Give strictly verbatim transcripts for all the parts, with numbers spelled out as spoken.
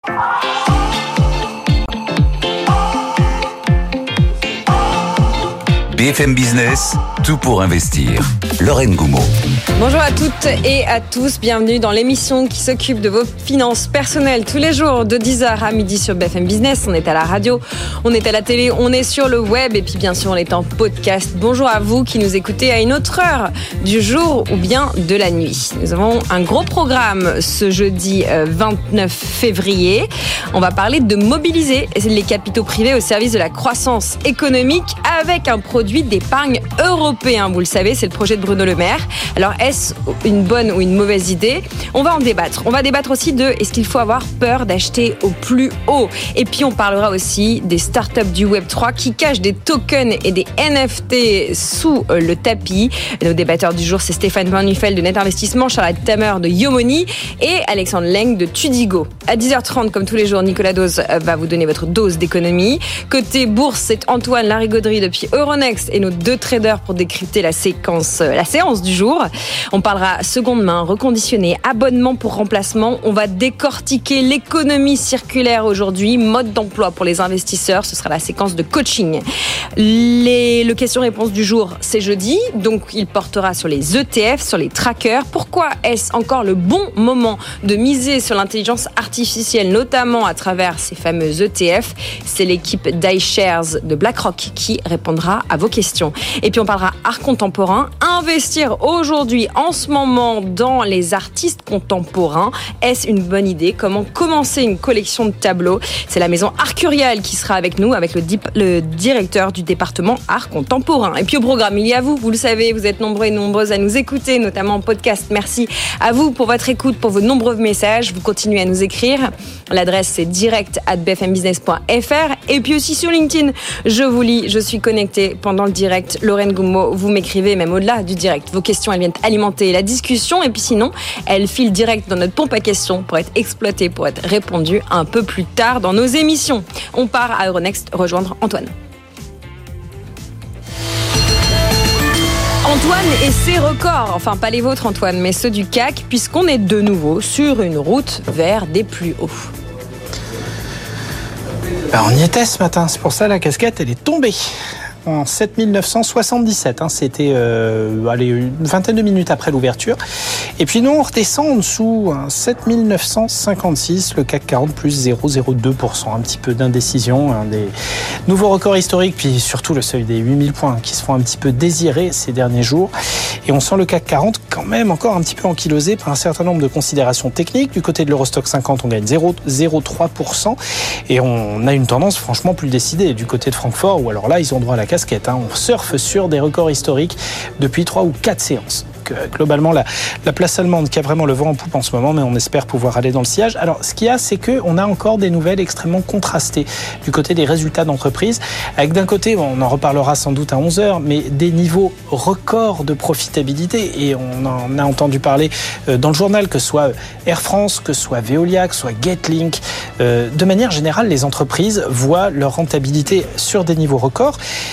B F M Business, tout pour investir. Lorraine Goumeau. Bonjour à toutes et à tous, bienvenue dans l'émission qui s'occupe de vos finances personnelles tous les jours de dix heures à midi sur B F M Business. On est à la radio, on est à la télé, on est sur le web et puis bien sûr on est en podcast. Bonjour à vous qui nous écoutez à une autre heure du jour ou bien de la nuit. Nous avons un gros programme ce jeudi vingt-neuf février. On va parler de mobiliser les capitaux privés au service de la croissance économique avec un produit d'épargne européen. Vous le savez, c'est le projet de Bruno Le Maire. Alors, est-ce une bonne ou une mauvaise idée ? On va en débattre. On va débattre aussi de est-ce qu'il faut avoir peur d'acheter au plus haut ? Et puis, on parlera aussi des startups du web trois qui cachent des tokens et des N F T sous le tapis. Nos débatteurs du jour, c'est Stéphane Van Nuffel de Net Investissement, Charlotte Tamer de Yomoni et Alexandre Leng de Tudigo. À dix heures trente, comme tous les jours, Nicolas Dose va vous donner votre dose d'économie. Côté bourse, c'est Antoine Larigauderie depuis Euronext et nos deux traders pour décrypter la séquence, la séance du jour. On parlera seconde main, reconditionné, abonnement pour remplacement. On va décortiquer l'économie circulaire aujourd'hui, mode d'emploi pour les investisseurs. Ce sera la séquence de coaching. Les, le question-réponse du jour, c'est jeudi. Donc, il portera sur les E T F, sur les trackers. Pourquoi est-ce encore le bon moment de miser sur l'intelligence artificielle, notamment à travers ces fameux E T F? C'est l'équipe d'iShares de BlackRock qui répondra à vos questions. Et puis, on parlera art contemporain. Investir aujourd'hui, en ce moment, dans les artistes contemporains, est-ce une bonne idée ? Comment commencer une collection de tableaux ? C'est la maison Arcurial qui sera avec nous, avec le, dip, le directeur du département art contemporain. Et puis au programme, il y a vous, vous le savez, vous êtes nombreux et nombreuses à nous écouter, notamment en podcast. Merci à vous pour votre écoute, pour vos nombreux messages. Vous continuez à nous écrire. L'adresse, c'est direct arobase b f m business point f r. Et puis aussi sur LinkedIn, je vous lis, je suis connectée pendant le direct. Lorraine Goumeau, vous m'écrivez, même au-delà du direct. Vos questions, elles viennent alimenter la discussion. Et puis sinon, elles filent direct dans notre pompe à questions pour être exploitées, pour être répondues un peu plus tard dans nos émissions. On part à Euronext rejoindre Antoine. Antoine et ses records, enfin pas les vôtres Antoine, mais ceux du C A C, puisqu'on est de nouveau sur une route vers des plus hauts. Ben on y était ce matin, c'est pour ça la casquette elle est tombée. En sept mille neuf cent soixante-dix-sept, hein, c'était euh, allez, une vingtaine de minutes après l'ouverture. Et puis nous, on redescend en dessous, hein, sept mille neuf cent cinquante-six, le C A C quarante plus zéro virgule zéro deux pour cent, un petit peu d'indécision, un des nouveaux records historiques, puis surtout le seuil des huit mille points qui se font un petit peu désirer ces derniers jours. Et on sent le C A C quarante quand même encore un petit peu ankylosé par un certain nombre de considérations techniques. Du côté de l'Eurostock cinquante, on gagne zéro virgule zéro trois pour cent et on a une tendance franchement plus décidée du côté de Francfort, où alors là, ils ont droit à la casquette. Hein. On surfe sur des records historiques depuis trois ou quatre séances. Donc, euh, globalement, la, la place allemande qui a vraiment le vent en poupe en ce moment, mais on espère pouvoir aller dans le sillage. Alors, ce qu'il y a, c'est qu'on a encore des nouvelles extrêmement contrastées du côté des résultats d'entreprise. Avec d'un côté, on en reparlera sans doute à onze heures, mais des niveaux records de profitabilité. Et on en a entendu parler euh, dans le journal, que ce soit Air France, que ce soit Veolia, que ce soit Getlink. Euh, de manière générale, les entreprises voient leur rentabilité sur des niveaux records.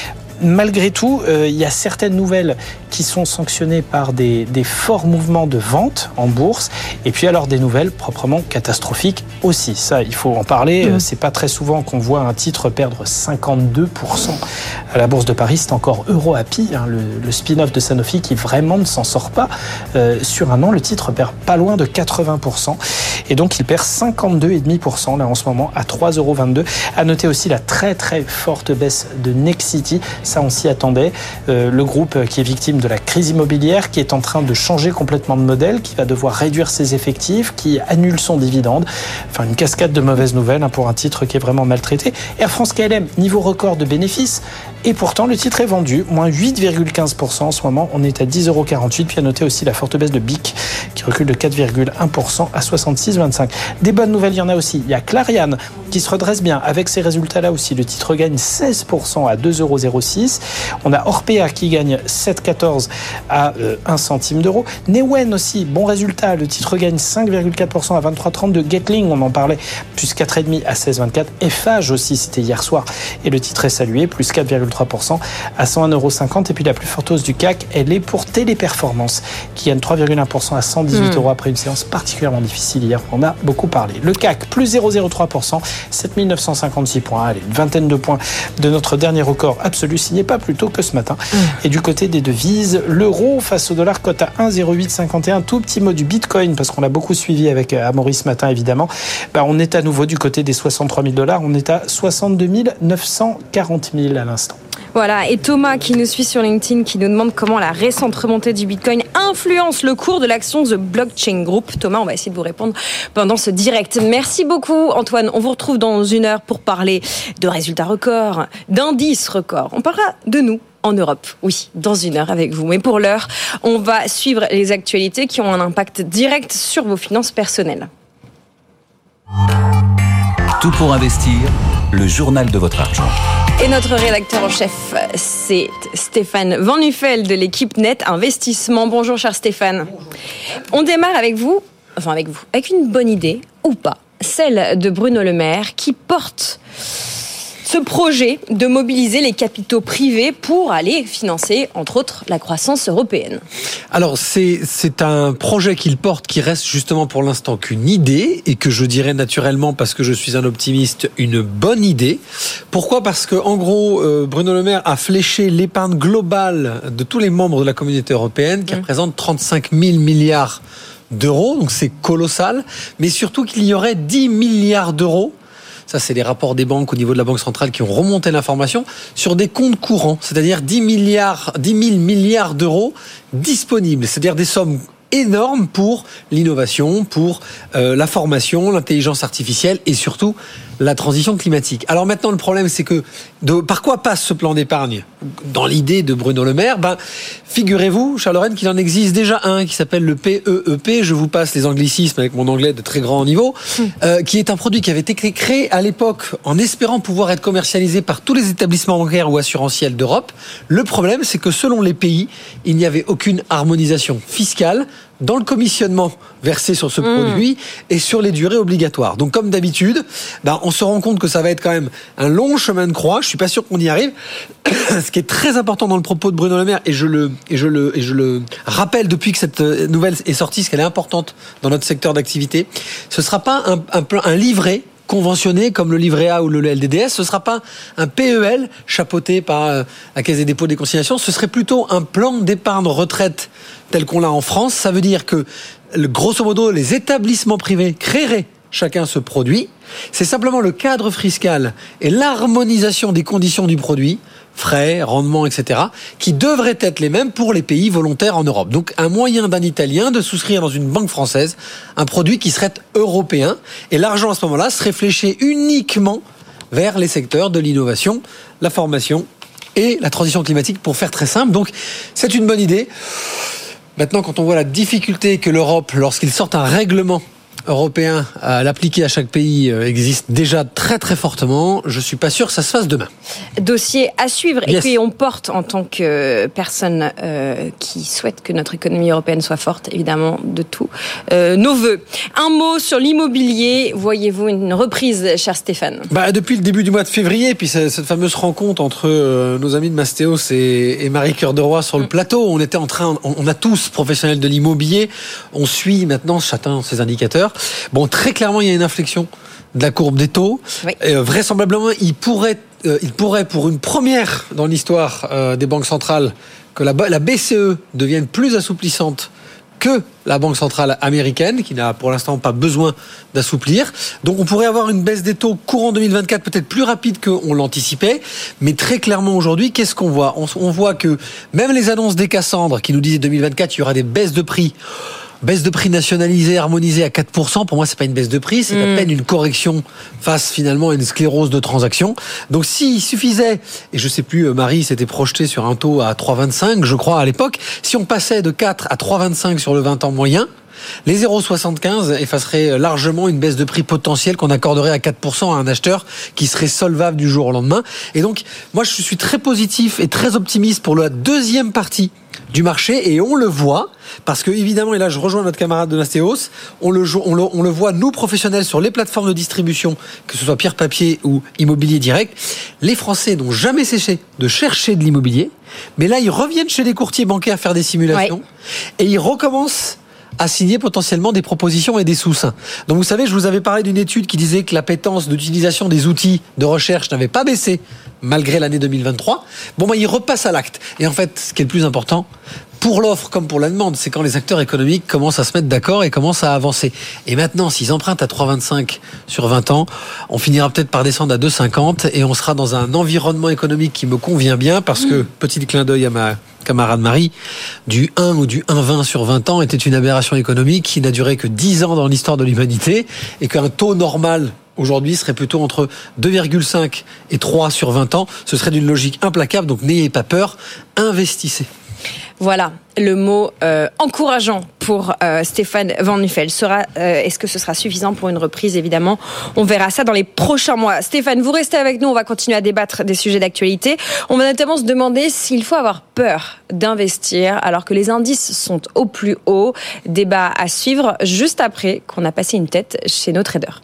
Malgré tout, euh, il y a certaines nouvelles qui sont sanctionnées par des, des forts mouvements de vente en bourse, et puis alors des nouvelles proprement catastrophiques aussi. Ça, il faut en parler. Mmh. C'est pas très souvent qu'on voit un titre perdre cinquante-deux pour cent à la bourse de Paris. C'est encore EuroHappy, hein, le, le spin-off de Sanofi, qui vraiment ne s'en sort pas. Euh, sur un an, le titre perd pas loin de quatre-vingts pour cent, et donc il perd cinquante-deux virgule cinq pour cent là en ce moment à trois euros vingt-deux. À noter aussi la très très forte baisse de Nexity. Ça, on s'y attendait. Euh, le groupe qui est victime de la crise immobilière, qui est en train de changer complètement de modèle, qui va devoir réduire ses effectifs, qui annule son dividende. Enfin, une cascade de mauvaises nouvelles, hein, pour un titre qui est vraiment maltraité. Air France K L M, niveau record de bénéfices. Et pourtant, le titre est vendu, moins huit virgule quinze pour cent en ce moment. On est à dix euros quarante-huit. Puis à noter aussi la forte baisse de B I C, qui recule de quatre virgule un pour cent à soixante-six virgule vingt-cinq. Des bonnes nouvelles, il y en a aussi. Il y a Clariane qui se redresse bien. Avec ces résultats-là aussi, le titre gagne seize pour cent à deux euros zéro six. On a Orpea qui gagne sept virgule quatorze à un centime d'euro. Neoen aussi, bon résultat. Le titre gagne cinq virgule quatre pour cent à vingt-trois virgule trente-deux. Getlink, on en parlait, plus quatre virgule cinq à seize virgule vingt-quatre. Eiffage aussi, c'était hier soir. Et le titre est salué, plus quatre virgule trois pour cent à cent un virgule cinquante euros. Et puis la plus forte hausse du C A C, elle est pour Téléperformance, qui gagne trois virgule un pour cent à cent dix-huit euros après une séance particulièrement difficile hier. On a beaucoup parlé. Le C A C, plus zéro virgule zéro trois pour cent, sept mille neuf cent cinquante-six points. Allez, une vingtaine de points de notre dernier record absolu, signé pas plus tôt que ce matin. Mmh. Et du côté des devises, l'euro face au dollar cote à un virgule zéro huit cinquante et un. Tout petit mot du Bitcoin, parce qu'on l'a beaucoup suivi avec Amaury ce matin, évidemment. Bah, on est à nouveau du côté des soixante-trois mille dollars. On est à soixante-deux mille neuf cent quarante mille à l'instant. Voilà, et Thomas qui nous suit sur LinkedIn qui nous demande comment la récente remontée du Bitcoin influence le cours de l'action The Blockchain Group. Thomas, on va essayer de vous répondre pendant ce direct. Merci beaucoup Antoine, on vous retrouve dans une heure pour parler de résultats records, d'indices records. On parlera de nous en Europe, oui, dans une heure avec vous. Mais pour l'heure, on va suivre les actualités qui ont un impact direct sur vos finances personnelles. Tout pour investir, le journal de votre argent. Et notre rédacteur en chef, c'est Stéphane Van Nuffel de l'équipe Net Investissement. Bonjour cher Stéphane. Bonjour. On démarre avec vous, enfin avec vous, avec une bonne idée, ou pas, celle de Bruno Le Maire qui porte ce projet de mobiliser les capitaux privés pour aller financer, entre autres, la croissance européenne. Alors, c'est, c'est un projet qu'il porte qui reste justement pour l'instant qu'une idée et que je dirais naturellement, parce que je suis un optimiste, une bonne idée. Pourquoi ? Parce que, en gros, euh, Bruno Le Maire a fléché l'épargne globale de tous les membres de la communauté européenne qui mmh. représente trente-cinq mille milliards d'euros, donc c'est colossal, mais surtout qu'il y aurait dix milliards d'euros. Ça, c'est les rapports des banques au niveau de la Banque centrale qui ont remonté l'information sur des comptes courants, c'est-à-dire dix milliards, dix mille milliards d'euros disponibles, c'est-à-dire des sommes énormes pour l'innovation, pour euh, la formation, l'intelligence artificielle et surtout la transition climatique. Alors maintenant, le problème, c'est que de, par quoi passe ce plan d'épargne ? Dans l'idée de Bruno Le Maire, ben, figurez-vous, Charles Lorraine, qu'il en existe déjà un qui s'appelle le P E E P, je vous passe les anglicismes avec mon anglais de très grand niveau, mmh. euh, qui est un produit qui avait été créé à l'époque en espérant pouvoir être commercialisé par tous les établissements bancaires ou assurantiels d'Europe. Le problème, c'est que selon les pays, il n'y avait aucune harmonisation fiscale dans le commissionnement versé sur ce mmh. produit et sur les durées obligatoires. Donc, comme d'habitude, ben, on se rend compte que ça va être quand même un long chemin de croix. Je suis pas sûr qu'on y arrive. Ce qui est très important dans le propos de Bruno Le Maire, et je le, et je le, et je le rappelle depuis que cette nouvelle est sortie, ce qu'elle est importante dans notre secteur d'activité, ce sera pas un, un, un livret conventionné comme le livret A ou le L D D S, ce ne sera pas un P E L chapeauté par la Caisse des dépôts et des consignations, ce serait plutôt un plan d'épargne retraite tel qu'on l'a en France. Ça veut dire que, grosso modo, les établissements privés créeraient chacun ce produit. C'est simplement le cadre fiscal et l'harmonisation des conditions du produit, frais, rendements, et cetera, qui devraient être les mêmes pour les pays volontaires en Europe. Donc, un moyen d'un Italien de souscrire dans une banque française un produit qui serait européen. Et l'argent, à ce moment-là, serait fléché uniquement vers les secteurs de l'innovation, la formation et la transition climatique, pour faire très simple. Donc, c'est une bonne idée. Maintenant, quand on voit la difficulté que l'Europe, lorsqu'il sort un règlement européen à l'appliquer à chaque pays, existe déjà très très fortement. Je suis pas sûr que ça se fasse demain. Dossier à suivre. Yes. Et puis on porte, en tant que personne euh, qui souhaite que notre économie européenne soit forte, évidemment, de tout, euh, nos vœux. Un mot sur l'immobilier. Voyez-vous une reprise, cher Stéphane ? Bah, depuis le début du mois de février, puis cette fameuse rencontre entre euh, nos amis de Mastéos et, et Marie Cœur de Roy sur le plateau, on était en train, on, on a tous, professionnels de l'immobilier, on suit maintenant chacun ses indicateurs. Bon, très clairement, il y a une inflexion de la courbe des taux. Oui. Euh, vraisemblablement, il pourrait, euh, il pourrait, pour une première dans l'histoire euh, des banques centrales, que la, la B C E devienne plus assouplissante que la Banque centrale américaine, qui n'a pour l'instant pas besoin d'assouplir. Donc on pourrait avoir une baisse des taux courant deux mille vingt-quatre peut-être plus rapide qu'on l'anticipait. Mais très clairement aujourd'hui, qu'est-ce qu'on voit ? on, on voit que même les annonces des Cassandre qui nous disaient deux mille vingt-quatre, il y aura des baisses de prix. Baisse de prix nationalisée, harmonisée à quatre pour cent, pour moi, c'est pas une baisse de prix, c'est mmh. à peine une correction face finalement à une sclérose de transaction. Donc s'il suffisait, et je sais plus, Marie s'était projetée sur un taux à trois virgule vingt-cinq, je crois, à l'époque, si on passait de quatre à trois virgule vingt-cinq sur le vingt ans moyen, les zéro virgule soixante-quinze effaceraient largement une baisse de prix potentielle qu'on accorderait à quatre pour cent à un acheteur qui serait solvable du jour au lendemain. Et donc, moi, je suis très positif et très optimiste pour la deuxième partie du marché, et on le voit parce que évidemment, et là je rejoins notre camarade de Nastéos, on le, on le on le voit nous professionnels sur les plateformes de distribution, que ce soit Pierre Papier ou Immobilier Direct, les Français n'ont jamais cessé de chercher de l'immobilier, mais là ils reviennent chez les courtiers bancaires faire des simulations, ouais. et ils recommencent à signer potentiellement des propositions et des sous-seins. Donc vous savez, je vous avais parlé d'une étude qui disait que l'appétence d'utilisation des outils de recherche n'avait pas baissé malgré l'année deux mille vingt-trois. Bon, ben, ils repassent à l'acte. Et en fait, ce qui est le plus important, pour l'offre comme pour la demande, c'est quand les acteurs économiques commencent à se mettre d'accord et commencent à avancer. Et maintenant, s'ils empruntent à trois virgule vingt-cinq sur vingt ans, on finira peut-être par descendre à deux virgule cinquante et on sera dans un environnement économique qui me convient bien parce que, petit clin d'œil à ma camarade Marie, du un ou du un virgule vingt sur vingt ans était une aberration économique qui n'a duré que dix ans dans l'histoire de l'humanité et qu'un taux normal aujourd'hui serait plutôt entre deux virgule cinq et trois sur vingt ans. Ce serait d'une logique implacable, donc n'ayez pas peur, investissez. Voilà, le mot euh, encourageant pour euh, Stéphane Van Nuffel. Sera, euh, est-ce que ce sera suffisant pour une reprise ? Évidemment, on verra ça dans les prochains mois. Stéphane, vous restez avec nous, on va continuer à débattre des sujets d'actualité. On va notamment se demander s'il faut avoir peur d'investir alors que les indices sont au plus haut. Débat à suivre juste après qu'on a passé une tête chez nos traders.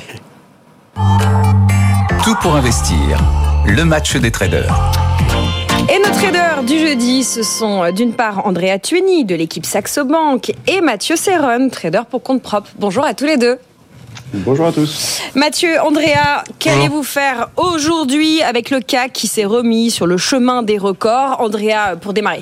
Tout pour investir, le match des traders. Et nos traders du jeudi, ce sont d'une part Andrea Tueni de l'équipe Saxo Bank et Mathieu Serron, trader pour compte propre. Bonjour à tous les deux. Bonjour à tous. Mathieu, Andrea, qu'allez-vous faire aujourd'hui avec le C A C qui s'est remis sur le chemin des records ? Andrea, pour démarrer.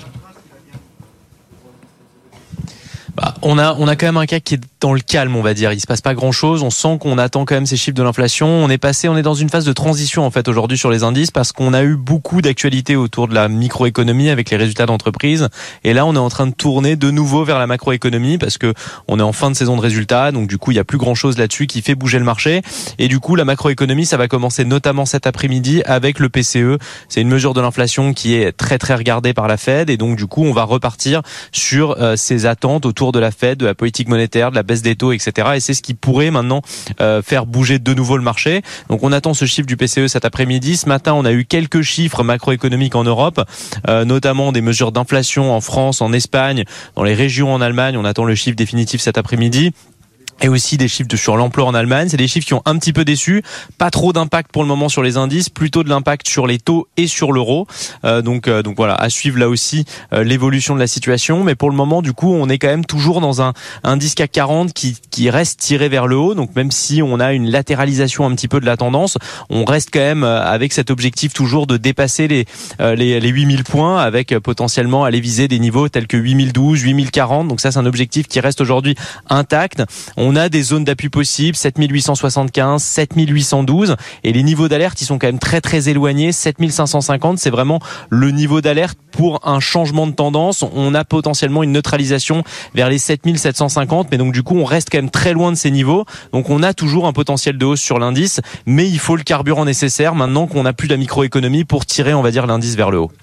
Bah, on a on a quand même un C A C qui est dans le calme, on va dire. Il se passe pas grand chose. On sent qu'on attend quand même ces chiffres de l'inflation. On est passé, on est dans une phase de transition en fait aujourd'hui sur les indices parce qu'on a eu beaucoup d'actualités autour de la microéconomie avec les résultats d'entreprise. Et là, on est en train de tourner de nouveau vers la macroéconomie parce que on est en fin de saison de résultats. Donc du coup, il y a plus grand chose là-dessus qui fait bouger le marché. Et du coup, la macroéconomie, ça va commencer notamment cet après-midi avec le P C E. C'est une mesure de l'inflation qui est très très regardée par la Fed. Et donc du coup, on va repartir sur euh, ces attentes autour de la Fed, de la politique monétaire, de la baisse des taux, et cetera. Et c'est ce qui pourrait maintenant euh, faire bouger de nouveau le marché. Donc on attend ce chiffre du P C E cet après-midi. Ce matin, on a eu quelques chiffres macroéconomiques en Europe, euh, notamment des mesures d'inflation en France, en Espagne, dans les régions en Allemagne. On attend le chiffre définitif cet après-midi. Et aussi des chiffres de, sur l'emploi en Allemagne. C'est des chiffres qui ont un petit peu déçu. Pas trop d'impact pour le moment sur les indices, plutôt de l'impact sur les taux et sur l'euro. Euh, donc, euh, donc voilà, à suivre là aussi euh, l'évolution de la situation. Mais pour le moment, du coup, on est quand même toujours dans un indice C A C quarante qui, qui reste tiré vers le haut. Donc même si on a une latéralisation un petit peu de la tendance, on reste quand même avec cet objectif toujours de dépasser les, euh, les, les huit mille points avec potentiellement aller viser des niveaux tels que huit mille douze, huit mille quarante. Donc ça, c'est un objectif qui reste aujourd'hui intact. On a des zones d'appui possibles, sept mille huit cent soixante-quinze, sept mille huit cent douze, et les niveaux d'alerte, ils sont quand même très très éloignés. sept mille cinq cent cinquante, c'est vraiment le niveau d'alerte pour un changement de tendance. On a potentiellement une neutralisation vers les sept mille sept cent cinquante, mais donc du coup, on reste quand même très loin de ces niveaux. Donc on a toujours un potentiel de hausse sur l'indice, mais il faut le carburant nécessaire maintenant qu'on n'a plus la microéconomie pour tirer, on va dire, l'indice vers le haut.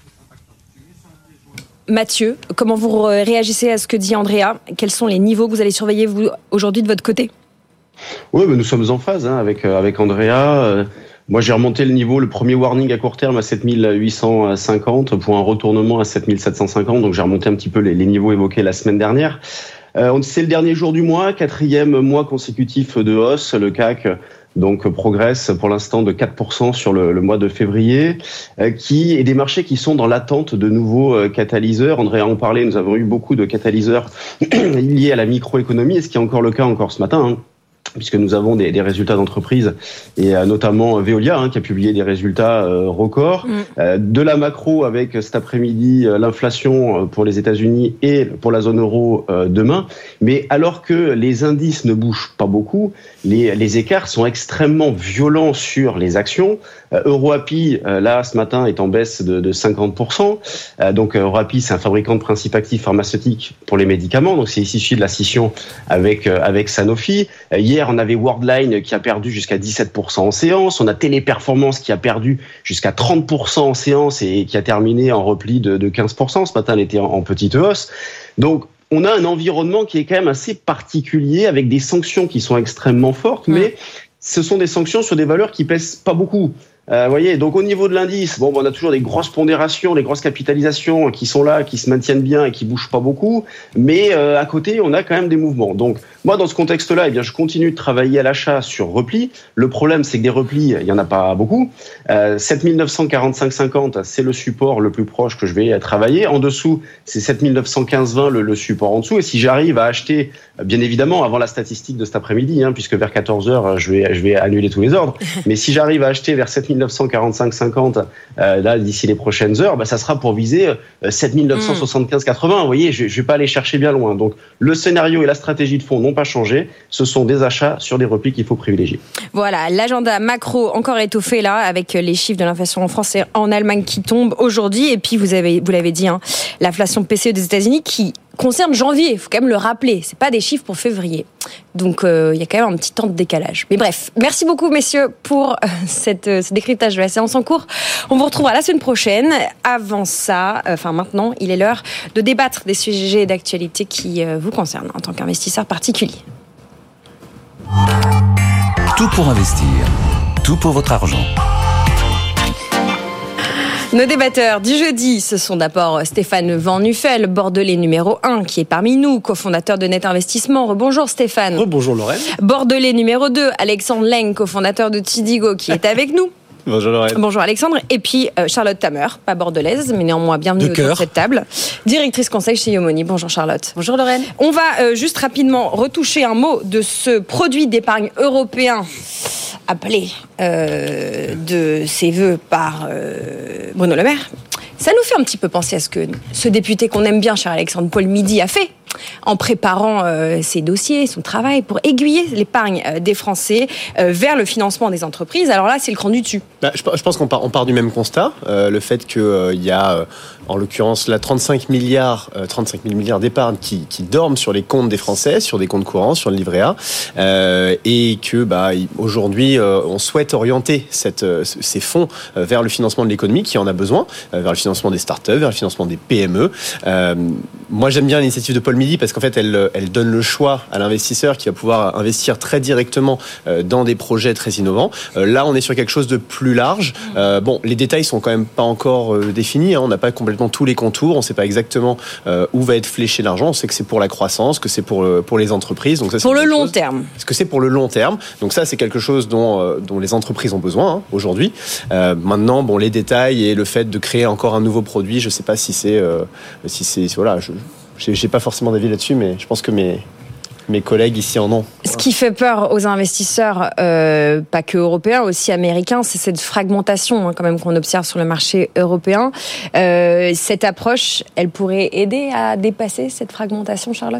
Mathieu, comment vous réagissez à ce que dit Andrea ? Quels sont les niveaux que vous allez surveiller vous aujourd'hui de votre côté ? Oui, mais nous sommes en phase hein, avec avec Andrea. Euh, moi, j'ai remonté le niveau, le premier warning à court terme à sept mille huit cent cinquante pour un retournement à sept mille sept cent cinquante. Donc, j'ai remonté un petit peu les, les niveaux évoqués la semaine dernière. Euh, c'est le dernier jour du mois, quatrième mois consécutif de hausse. Le C A C donc progresse pour l'instant de quatre pour cent sur le, le mois de février, euh, qui et des marchés qui sont dans l'attente de nouveaux euh, catalyseurs. Andrea en parlait, nous avons eu beaucoup de catalyseurs liés à la microéconomie, et ce qui est encore le cas encore ce matin. Hein. Puisque nous avons des, des résultats d'entreprise et euh, notamment Veolia hein, qui a publié des résultats euh, records. Mmh. Euh, de la macro avec cet après-midi euh, l'inflation pour les États-Unis et pour la zone euro euh, demain. Mais alors que les indices ne bougent pas beaucoup, les, les écarts sont extrêmement violents sur les actions. Euh, EuroAPI, euh, là, ce matin, est en baisse de, de cinquante pour cent. Euh, donc EuroAPI, c'est un fabricant de principes actifs pharmaceutiques pour les médicaments. Donc c'est issu de la scission avec, euh, avec Sanofi. Euh, hier, on avait Worldline qui a perdu jusqu'à dix-sept pour cent en séance. On a Téléperformance qui a perdu jusqu'à trente pour cent en séance et qui a terminé en repli de, de quinze pour cent. Ce matin, elle était en, en petite hausse. Donc, on a un environnement qui est quand même assez particulier avec des sanctions qui sont extrêmement fortes, ouais. mais ce sont des sanctions sur des valeurs qui pèsent pas beaucoup. Euh, vous voyez, donc au niveau de l'indice, bon, on a toujours des grosses pondérations, des grosses capitalisations qui sont là, qui se maintiennent bien et qui bougent pas beaucoup, mais euh, à côté, on a quand même des mouvements. Donc moi, dans ce contexte-là, eh bien, je continue de travailler à l'achat sur repli. Le problème, c'est que des replis, il y en a pas beaucoup. Euh, sept mille neuf cent quarante-cinq cinquante, c'est le support le plus proche que je vais travailler. En dessous, c'est sept mille neuf cent quinze vingt, le, le support en dessous. Et si j'arrive à acheter, bien évidemment, avant la statistique de cet après-midi, hein, puisque vers quatorze heures, je vais, je vais annuler tous les ordres. Mais si j'arrive à acheter vers sept mille neuf cent quarante-cinq cinquante, euh, là, d'ici les prochaines heures, bah, ça sera pour viser euh, sept mille neuf cent soixante-quinze quatre-vingts. Vous voyez, je, je vais pas aller chercher bien loin. Donc, le scénario et la stratégie de fond n'ont pas changé. Ce sont des achats sur des replis qu'il faut privilégier. Voilà, l'agenda macro encore étoffé là, avec les chiffres de l'inflation en France et en Allemagne qui tombent aujourd'hui. Et puis, vous avez, vous l'avez dit, hein, l'inflation P C E des États-Unis qui concerne janvier, il faut quand même le rappeler, c'est pas des chiffres pour février. Donc il euh, y a quand même un petit temps de décalage. Mais bref, merci beaucoup messieurs pour euh, cette, euh, ce décryptage de la séance en cours. On vous retrouvera la semaine prochaine. Avant ça, enfin euh, maintenant, il est l'heure de débattre des sujets d'actualité qui euh, vous concernent en tant qu'investisseur particulier. Tout pour investir, tout pour votre argent. Nos débatteurs du jeudi, ce sont d'abord Stéphane Van Nuffel, bordelais numéro un, qui est parmi nous, cofondateur de Net Investissement. Rebonjour Stéphane. Rebonjour Lorraine. Bordelais numéro deux, Alexandre Leng, cofondateur de Tidigo, qui est avec nous. Bonjour Lorraine. Bonjour Alexandre. Et puis euh, Charlotte Tamer, pas bordelaise, mais néanmoins bienvenue autour de cette table. Directrice conseil chez Yomoni. Bonjour Charlotte. Bonjour Lorraine. On va euh, juste rapidement retoucher un mot de ce produit d'épargne européen appelé euh, de ses voeux par euh, Bruno Le Maire. Ça nous fait un petit peu penser à ce que ce député qu'on aime bien, cher Alexandre, Paul Midi, a fait en préparant euh, ses dossiers, son travail pour aiguiller l'épargne euh, des Français euh, vers le financement des entreprises. Alors là, c'est le cran du dessus. Bah, je, je pense qu'on part, on part du même constat, euh, le fait qu'il euh, y a, euh, en l'occurrence, là, trente-cinq milliards, euh, trente-cinq mille milliards d'épargne qui, qui dorment sur les comptes des Français, sur des comptes courants, sur le livret A, euh, et que bah, aujourd'hui, euh, on souhaite orienter cette, euh, ces fonds euh, vers le financement de l'économie qui en a besoin, euh, vers le financement des startups, vers le financement des P M E. Euh, moi, j'aime bien l'initiative de Paul Midi parce qu'en fait, elle, elle donne le choix à l'investisseur qui va pouvoir investir très directement euh, dans des projets très innovants. Euh, là, on est sur quelque chose de plus large. Euh, bon, les détails sont quand même pas encore euh, définis. Hein. On n'a pas complètement tous les contours. On ne sait pas exactement euh, où va être fléché l'argent. On sait que c'est pour la croissance, que c'est pour, euh, pour les entreprises. Donc ça, c'est pour le long chose. terme. Est-ce que c'est pour le long terme? Donc ça, c'est quelque chose dont, euh, dont les entreprises ont besoin hein, aujourd'hui. Euh, maintenant, bon, les détails et le fait de créer encore un nouveau produit, je ne sais pas si c'est, euh, si c'est, voilà, je, j'ai, j'ai pas forcément d'avis là-dessus, mais je pense que mes mes collègues ici en ont. Ce qui fait peur aux investisseurs, euh, pas que européens, aussi américains, c'est cette fragmentation hein, quand même qu'on observe sur le marché européen. Euh, cette approche, elle pourrait aider à dépasser cette fragmentation, Charlotte ?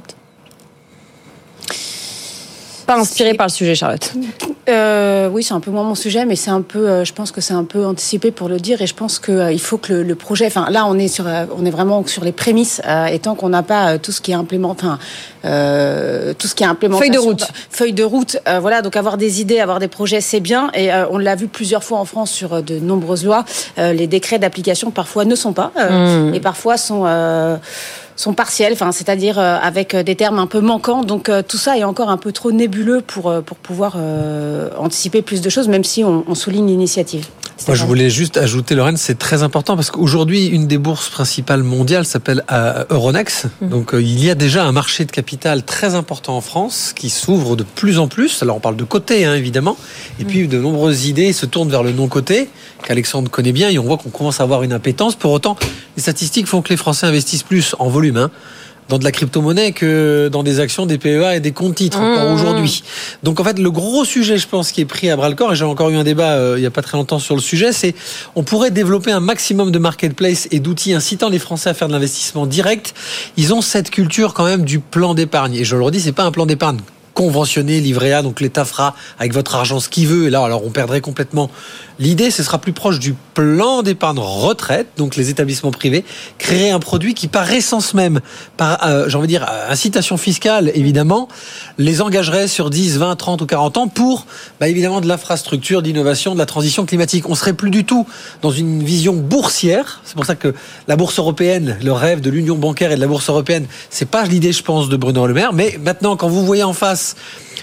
Pas inspirée par le sujet, Charlotte. Euh, oui, c'est un peu moins mon sujet, mais c'est un peu, euh, je pense que c'est un peu anticipé pour le dire, et je pense que euh, il faut que le, le projet, enfin là, on est sur, euh, on est vraiment sur les prémices, euh, et tant qu'on n'a pas euh, tout ce qui est implémenté, enfin euh, tout ce qui est implémentation, feuille de route, feuille de route, euh, voilà. Donc avoir des idées, avoir des projets, c'est bien, et euh, on l'a vu plusieurs fois en France sur euh, de nombreuses lois. Euh, les décrets d'application parfois ne sont pas, euh, mmh. et parfois sont euh, sont partiels, enfin, c'est-à-dire euh, avec des termes un peu manquants. Donc euh, tout ça est encore un peu trop nébuleux pour pour pouvoir euh, anticiper plus de choses, même si on, on souligne l'initiative. C'est Moi, vrai. je voulais juste ajouter, Lorraine, c'est très important parce qu'aujourd'hui, une des bourses principales mondiales s'appelle euh, Euronext. Mmh. Donc, euh, il y a déjà un marché de capital très important en France qui s'ouvre de plus en plus. Alors, on parle de coté, hein, évidemment. Et mmh. puis, de nombreuses idées se tournent vers le non-coté, qu'Alexandre connaît bien. Et on voit qu'on commence à avoir une impétence. Pour autant, les statistiques font que les Français investissent plus en volume, hein, dans de la crypto-monnaie que dans des actions, des P E A et des comptes titres encore mmh. aujourd'hui. Donc en fait, le gros sujet, je pense, qui est pris à bras-le-corps, et j'ai encore eu un débat euh, il y a pas très longtemps sur le sujet, c'est on pourrait développer un maximum de marketplace et d'outils incitant les Français à faire de l'investissement direct. Ils ont cette culture quand même du plan d'épargne. Et je le redis, c'est pas un plan d'épargne conventionné, livret A, donc l'État fera avec votre argent ce qu'il veut, et là, alors on perdrait complètement l'idée. Ce sera plus proche du plan d'épargne retraite, donc les établissements privés créeraient un produit qui, par essence même, par, euh, j'ai envie de dire, incitation fiscale, évidemment, les engagerait sur dix, vingt, trente ou quarante ans pour, bah, évidemment, de l'infrastructure, d'innovation, de la transition climatique. On serait plus du tout dans une vision boursière. C'est pour ça que la bourse européenne, le rêve de l'union bancaire et de la bourse européenne, c'est pas l'idée, je pense, de Bruno Le Maire. Mais maintenant, quand vous voyez en face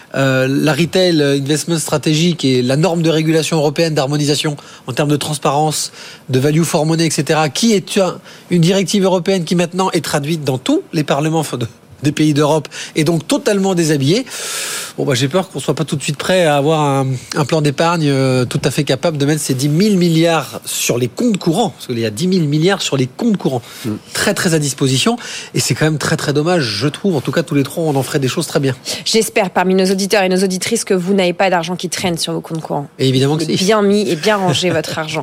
euh, la Retail Investment Strategy, qui est la norme de régulation européenne d'harmonisation en termes de transparence, de value for money, et cetera, qui est une directive européenne qui maintenant est traduite dans tous les parlements de des pays d'Europe et donc totalement déshabillé. Bon, bah, j'ai peur qu'on soit pas tout de suite prêt à avoir un, un plan d'épargne euh, tout à fait capable de mettre ces dix mille milliards sur les comptes courants, parce qu'il y a dix mille milliards sur les comptes courants, mmh. très très à disposition, et c'est quand même très très dommage, je trouve. En tout cas, tous les trois, on en ferait des choses très bien. J'espère parmi nos auditeurs et nos auditrices que vous n'avez pas d'argent qui traîne sur vos comptes courants. Et évidemment que c'est bien mis et bien rangé votre argent.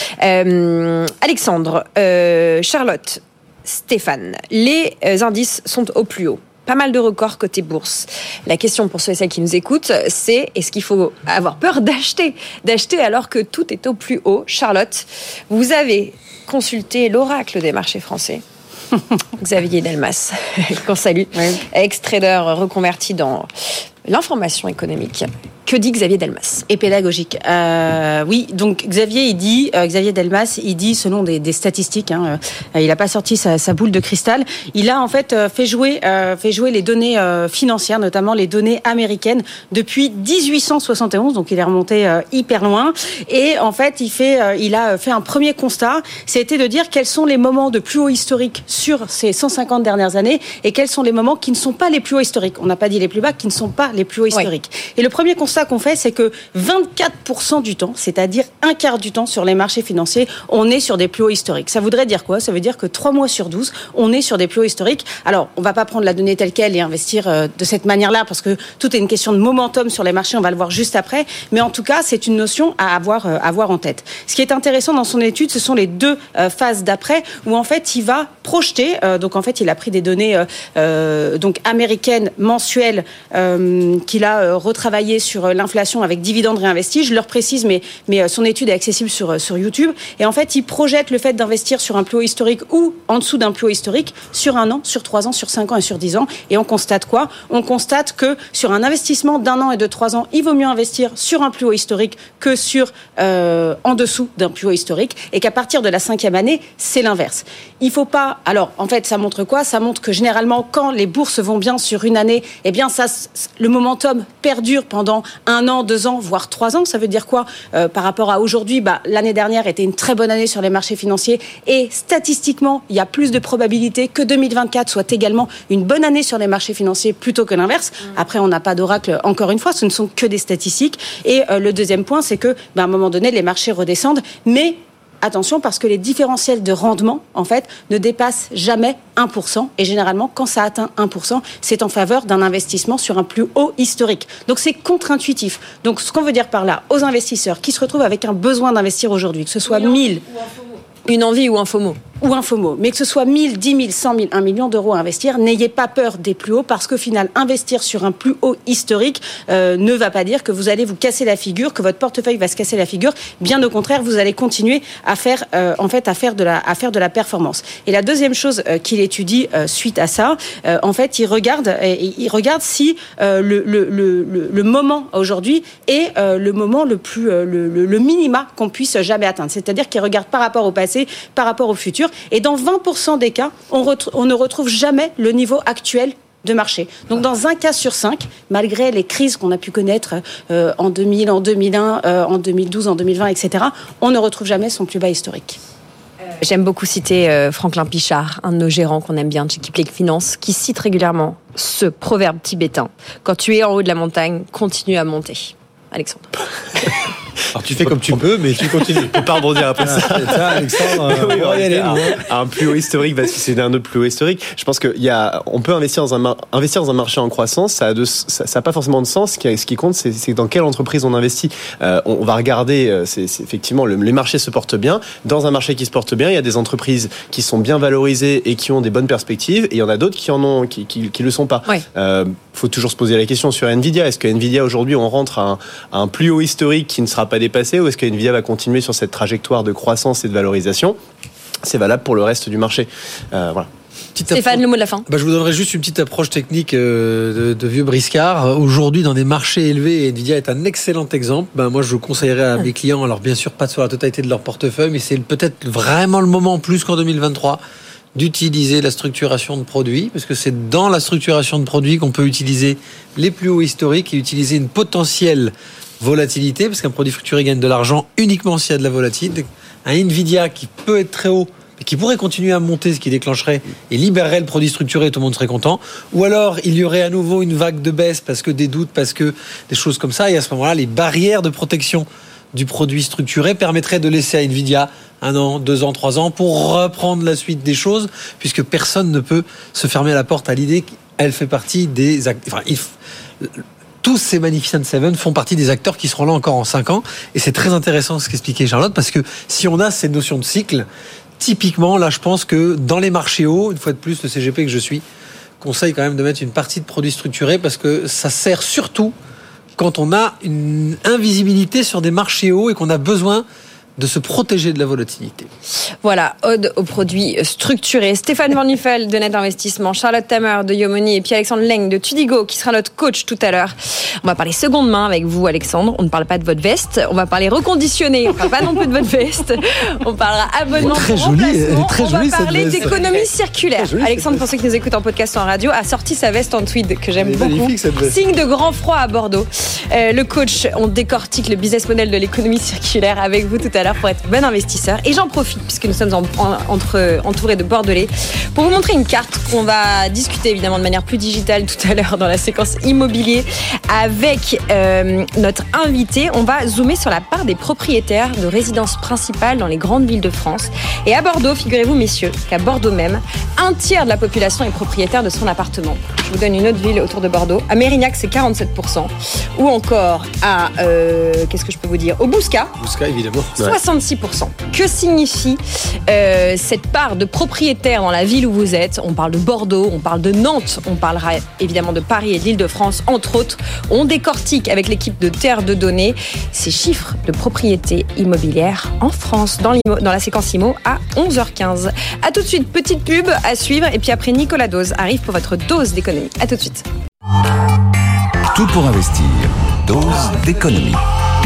Euh, Alexandre, euh, Charlotte, Stéphane, les indices sont au plus haut. Pas mal de records côté bourse. La question pour ceux et celles qui nous écoutent, c'est est-ce qu'il faut avoir peur d'acheter d'acheter alors que tout est au plus haut? Charlotte, vous avez consulté l'oracle des marchés français, Xavier Delmas, qu'on salue, oui. Ex-trader reconverti dans l'information économique. Que dit Xavier Delmas? Et pédagogique. Euh, oui, donc Xavier, il dit, euh, Xavier Delmas, il dit selon des, des statistiques, hein, euh, il n'a pas sorti sa, sa boule de cristal. Il a en fait euh, fait jouer, euh, fait jouer les données euh, financières, notamment les données américaines, depuis dix-huit cent soixante et onze. Donc il est remonté euh, hyper loin. Et en fait, il fait, euh, il a fait un premier constat, c'était de dire quels sont les moments de plus haut historique sur ces cent cinquante dernières années et quels sont les moments qui ne sont pas les plus hauts historiques. On n'a pas dit les plus bas, qui ne sont pas les plus hauts historiques. Oui. Et le premier constat qu'on fait, c'est que vingt-quatre pour cent du temps, c'est-à-dire un quart du temps sur les marchés financiers, on est sur des plus hauts historiques. Ça voudrait dire quoi? Ça veut dire que trois mois sur douze, on est sur des plus hauts historiques. Alors, on ne va pas prendre la donnée telle qu'elle et investir euh, de cette manière-là, parce que tout est une question de momentum sur les marchés, on va le voir juste après. Mais en tout cas, c'est une notion à avoir, euh, à avoir en tête. Ce qui est intéressant dans son étude, ce sont les deux euh, phases d'après, où en fait, il va projeter, euh, donc en fait, il a pris des données euh, euh, donc américaines mensuelles euh, qu'il a euh, retravaillées sur l'inflation avec dividendes réinvestis. Je leur précise, mais, mais son étude est accessible sur, sur YouTube. Et en fait, il projette le fait d'investir sur un plus haut historique ou en dessous d'un plus haut historique sur un an, sur trois ans, sur cinq ans et sur dix ans. Et on constate quoi? On constate que sur un investissement d'un an et de trois ans, il vaut mieux investir sur un plus haut historique que sur euh, en dessous d'un plus haut historique. Et qu'à partir de la cinquième année, c'est l'inverse. Il faut pas... Alors, en fait, ça montre quoi? Ça montre que généralement, quand les bourses vont bien sur une année, eh bien, ça, le momentum perdure pendant un an, deux ans, voire trois ans. Ça veut dire quoi euh, par rapport à aujourd'hui? Bah, l'année dernière était une très bonne année sur les marchés financiers et statistiquement, il y a plus de probabilités que deux mille vingt-quatre soit également une bonne année sur les marchés financiers plutôt que l'inverse. Mmh. Après, on n'a pas d'oracle, encore une fois, ce ne sont que des statistiques. Et euh, le deuxième point, c'est que, bah, à un moment donné, les marchés redescendent, mais attention, parce que les différentiels de rendement, en fait, ne dépassent jamais un pour cent. Et généralement, quand ça atteint un pour cent, c'est en faveur d'un investissement sur un plus haut historique. Donc, c'est contre-intuitif. Donc, ce qu'on veut dire par là, aux investisseurs qui se retrouvent avec un besoin d'investir aujourd'hui, que ce soit mille... Une envie ou un FOMO. Ou un FOMO. Mais que ce soit mille, dix mille, cent mille, un million d'euros à investir, n'ayez pas peur des plus hauts, parce qu'au final, investir sur un plus haut historique euh, ne va pas dire que vous allez vous casser la figure, que votre portefeuille va se casser la figure. Bien au contraire, vous allez continuer à faire, euh, en fait, à faire de la, à faire de la performance. Et la deuxième chose euh, qu'il étudie euh, suite à ça, euh, en fait, il regarde, et, il regarde si euh, le, le, le, le moment aujourd'hui est euh, le moment le plus, euh, le, le, le minima qu'on puisse jamais atteindre. C'est-à-dire qu'il regarde par rapport au passé, par rapport au futur. Et dans vingt pour cent des cas, on, retr- on ne retrouve jamais le niveau actuel de marché. Donc dans un cas sur cinq, malgré les crises qu'on a pu connaître euh, en deux mille, en deux mille un, euh, en deux mille douze, en deux mille vingt, et cetera, on ne retrouve jamais son plus bas historique. J'aime beaucoup citer euh, Franklin Pichard, un de nos gérants qu'on aime bien, J K Finance, qui cite régulièrement ce proverbe tibétain. Quand tu es en haut de la montagne, continue à monter. Alexandre. Alors tu fais comme tu peux, mais tu continues. On peut pas rebondir après ça. ça Alexandre, oui, on va y aller. À, à un plus haut historique, parce que c'est un autre plus haut historique. Je pense qu'il y a, on peut investir dans un, mar- investir dans un marché en croissance. Ça a, de, ça, ça a pas forcément de sens. Ce qui, ce qui compte, c'est, c'est dans quelle entreprise on investit. Euh, on, on va regarder. C'est, c'est effectivement, le, les marchés se portent bien. Dans un marché qui se porte bien, il y a des entreprises qui sont bien valorisées et qui ont des bonnes perspectives. Et il y en a d'autres qui en ont, qui, qui, qui le sont pas. Oui. Euh, faut toujours se poser la question sur Nvidia. Est-ce que Nvidia aujourd'hui on rentre à un, à un plus haut historique qui ne sera pas dépassé, ou est-ce que Nvidia va continuer sur cette trajectoire de croissance et de valorisation? C'est valable pour le reste du marché. Euh, voilà. Petite Stéphane, appro- le mot de la fin. Bah, je vous donnerai juste une petite approche technique euh, de, de vieux briscard. Aujourd'hui, dans des marchés élevés, Nvidia est un excellent exemple. Ben, moi, je conseillerais à mes clients, alors bien sûr pas sur la totalité de leur portefeuille, mais c'est peut-être vraiment le moment, plus qu'en deux mille vingt-trois, d'utiliser la structuration de produits, parce que c'est dans la structuration de produits qu'on peut utiliser les plus hauts historiques et utiliser une potentielle volatilité, parce qu'un produit structuré gagne de l'argent uniquement s'il y a de la volatilité. Un Nvidia qui peut être très haut, mais qui pourrait continuer à monter, ce qui déclencherait et libérerait le produit structuré, tout le monde serait content. Ou alors, il y aurait à nouveau une vague de baisse, parce que des doutes, parce que des choses comme ça, et à ce moment-là, les barrières de protection du produit structuré permettrait de laisser à Nvidia un an, deux ans, trois ans pour reprendre la suite des choses, puisque personne ne peut se fermer la porte à l'idée qu'elle fait partie des acteurs. Enfin, il... tous ces Magnificent Seven font partie des acteurs qui seront là encore en cinq ans, et c'est très intéressant ce qu'expliquait Charlotte, parce que si on a cette notion de cycle, typiquement, là, je pense que dans les marchés hauts, une fois de plus, le C G P que je suis conseille quand même de mettre une partie de produits structurés, parce que ça sert surtout quand on a une invisibilité sur des marchés hauts et qu'on a besoin de se protéger de la volatilité. Voilà, ode aux produits structurés. Stéphane Van Nuffel de Net Investissement, Charlotte Tamer de Yomoni et puis Alexandre Leng de Tudigo qui sera notre coach tout à l'heure. On va parler seconde main avec vous, Alexandre. On ne parle pas de votre veste. On va parler reconditionné. On ne parle pas non plus de votre veste. On parlera abonnement très pour jolie, remplacement. très On va jolie, parler cette d'économie circulaire. Jolie, Alexandre, pour ceux qui nous écoutent en podcast ou en radio, a sorti sa veste en tweed que j'aime beaucoup. Signe de grand froid à Bordeaux. Euh, le coach, on décortique le business model de l'économie circulaire avec vous tout à l'heure pour être bon investisseur. Et j'en profite, puisque nous sommes en, en, entre, entourés de Bordelais, pour vous montrer une carte qu'on va discuter évidemment de manière plus digitale tout à l'heure dans la séquence immobilier avec euh, notre invité. On va zoomer sur la part des propriétaires de résidences principales dans les grandes villes de France. Et à Bordeaux, figurez-vous messieurs, qu'à Bordeaux même, un tiers de la population est propriétaire de son appartement. Je vous donne une autre ville autour de Bordeaux. À Mérignac, c'est quarante-sept pour cent. Ou encore à, euh, qu'est-ce que je peux vous dire, au Bouscat. Bouscat, évidemment. soixante-six pour cent. Que signifie euh, cette part de propriétaires dans la ville où vous êtes? On parle de Bordeaux, on parle de Nantes, on parlera évidemment de Paris et de l'Île-de-France, entre autres. On décortique avec l'équipe de Terre de Données ces chiffres de propriété immobilière en France, dans, dans la séquence IMO à onze heures quinze. A tout de suite, petite pub à suivre, et puis après Nicolas Dose arrive pour votre dose d'économie. A tout de suite. Tout pour investir. Dose d'économie.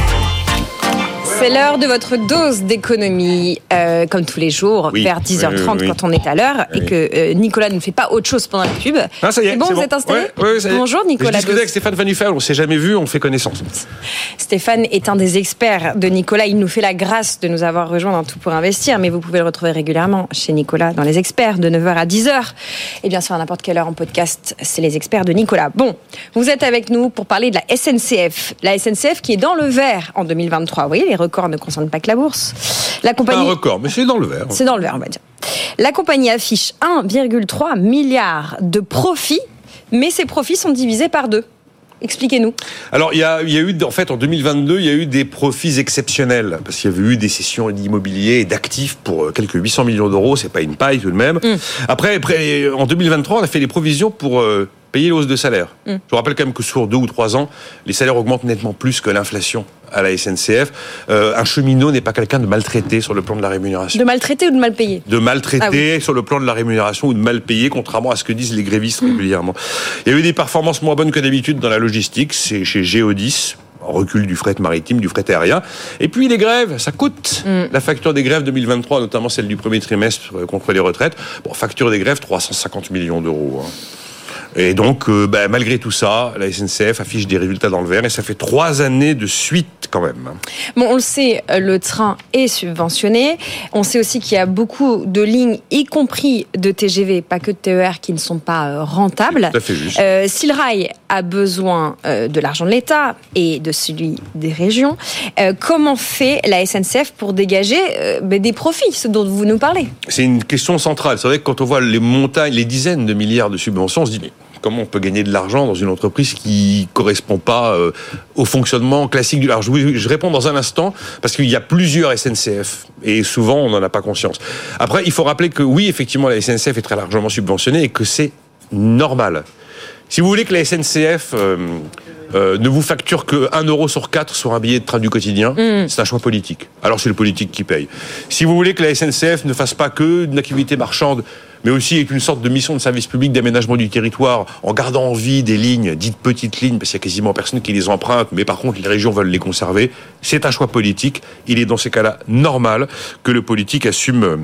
C'est l'heure de votre dose d'économie, euh, comme tous les jours, oui, vers dix heures trente oui, oui, oui. quand on est à l'heure, oui. et que euh, Nicolas ne fait pas autre chose pendant la pub. Ah, ça y est, c'est bon, c'est vous bon. êtes installé ouais, ouais, ça y est. Bonjour Nicolas. Je discutais avec Stéphane Van Nuffel, on ne s'est jamais vu, on fait connaissance. Stéphane est un des experts de Nicolas. Il nous fait la grâce de nous avoir rejoints dans Tout pour investir, mais vous pouvez le retrouver régulièrement chez Nicolas dans Les Experts de neuf heures à dix heures. Et bien sûr, à n'importe quelle heure en podcast, c'est Les Experts de Nicolas. Bon, vous êtes avec nous pour parler de la S N C F. La S N C F qui est dans le vert en deux mille vingt-trois. Vous voyez, les records ne concernent pas que la bourse. La compagnie... Pas un record, mais c'est dans le vert. C'est dans le vert, on va dire. La compagnie affiche un virgule trois milliard de profits, mais ces profits sont divisés par deux. Expliquez-nous. Alors, il y a, il y a eu, en fait, en deux mille vingt-deux, il y a eu des profits exceptionnels, parce qu'il y avait eu des cessions d'immobilier et d'actifs pour quelques huit cents millions d'euros, c'est pas une paille tout de même. Mm. Après, après, en deux mille vingt-trois, on a fait des provisions pour euh, payer les hausses de salaire. Mm. Je vous rappelle quand même que sur deux ou trois ans, les salaires augmentent nettement plus que l'inflation à la S N C F. Euh, un cheminot n'est pas quelqu'un de maltraité sur le plan de la rémunération. De maltraité ou de mal payé? De maltraité ah oui. sur le plan de la rémunération ou de mal payé, contrairement à ce que disent les grévistes mmh. régulièrement. Il y a eu des performances moins bonnes que d'habitude dans la logistique, c'est chez Géodis, recul du fret maritime, du fret aérien. Et puis les grèves, ça coûte. Mmh. La facture des grèves deux mille vingt-trois, notamment celle du premier trimestre contre les retraites, bon, facture des grèves, trois cent cinquante millions d'euros. Hein. Et donc, euh, bah, malgré tout ça, la S N C F affiche des résultats dans le vert et ça fait trois années de suite quand même. Bon, on le sait, le train est subventionné. On sait aussi qu'il y a beaucoup de lignes, y compris de T G V, pas que de T E R, qui ne sont pas rentables. C'est tout à fait juste. Euh, si le rail a besoin euh, de l'argent de l'État et de celui des régions, euh, comment fait la S N C F pour dégager euh, bah, des profits, ce dont vous nous parlez? C'est une question centrale. C'est vrai que quand on voit les montagnes, les dizaines de milliards de subventions, on se dit mais comment on peut gagner de l'argent dans une entreprise qui correspond pas euh, au fonctionnement classique du... Alors, je, je réponds dans un instant, parce qu'il y a plusieurs S N C F, et souvent, on n'en a pas conscience. Après, il faut rappeler que oui, effectivement, la S N C F est très largement subventionnée, et que c'est normal. Si vous voulez que la S N C F euh, euh, ne vous facture que un euro sur quatre sur un billet de train du quotidien, mmh. c'est un choix politique. Alors, c'est le politique qui paye. Si vous voulez que la S N C F ne fasse pas que d'une activité marchande, mais aussi est une sorte de mission de service public d'aménagement du territoire, en gardant en vie des lignes, dites petites lignes, parce qu'il y a quasiment personne qui les emprunte, mais par contre les régions veulent les conserver, c'est un choix politique. Il est dans ces cas-là normal que le politique assume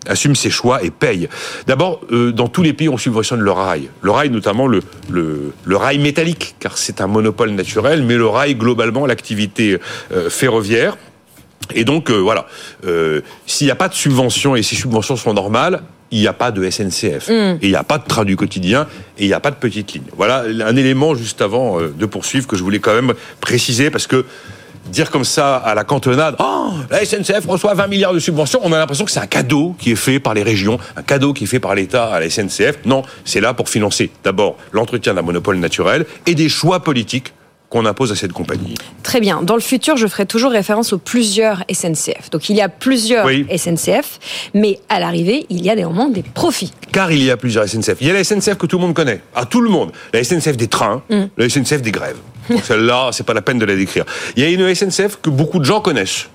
assume ses choix et paye. D'abord, euh, dans tous les pays, on subventionne le rail. Le rail, notamment le, le, le rail métallique, car c'est un monopole naturel, mais le rail, globalement, l'activité euh, ferroviaire. Et donc, euh, voilà, euh, s'il n'y a pas de subventions, et ces subventions sont normales, il n'y a pas de S N C F, mmh. et il n'y a pas de train du quotidien, et il n'y a pas de petite ligne. Voilà un élément, juste avant euh, de poursuivre, que je voulais quand même préciser, parce que dire comme ça à la cantonade, oh, la S N C F reçoit vingt milliards de subventions, on a l'impression que c'est un cadeau qui est fait par les régions, un cadeau qui est fait par l'État à la S N C F. Non, c'est là pour financer d'abord l'entretien d'un monopole naturel et des choix politiques qu'on impose à cette compagnie. Très bien. Dans le futur, je ferai toujours référence aux plusieurs S N C F. Donc il y a plusieurs oui. S N C F, mais à l'arrivée, il y a néanmoins des profits. Car il y a plusieurs S N C F. Il y a la S N C F que tout le monde connaît, à tout le monde. La S N C F des trains, mm. la S N C F des grèves. Donc celle-là, c'est pas la peine de la décrire. Il y a une S N C F que beaucoup de gens connaissent.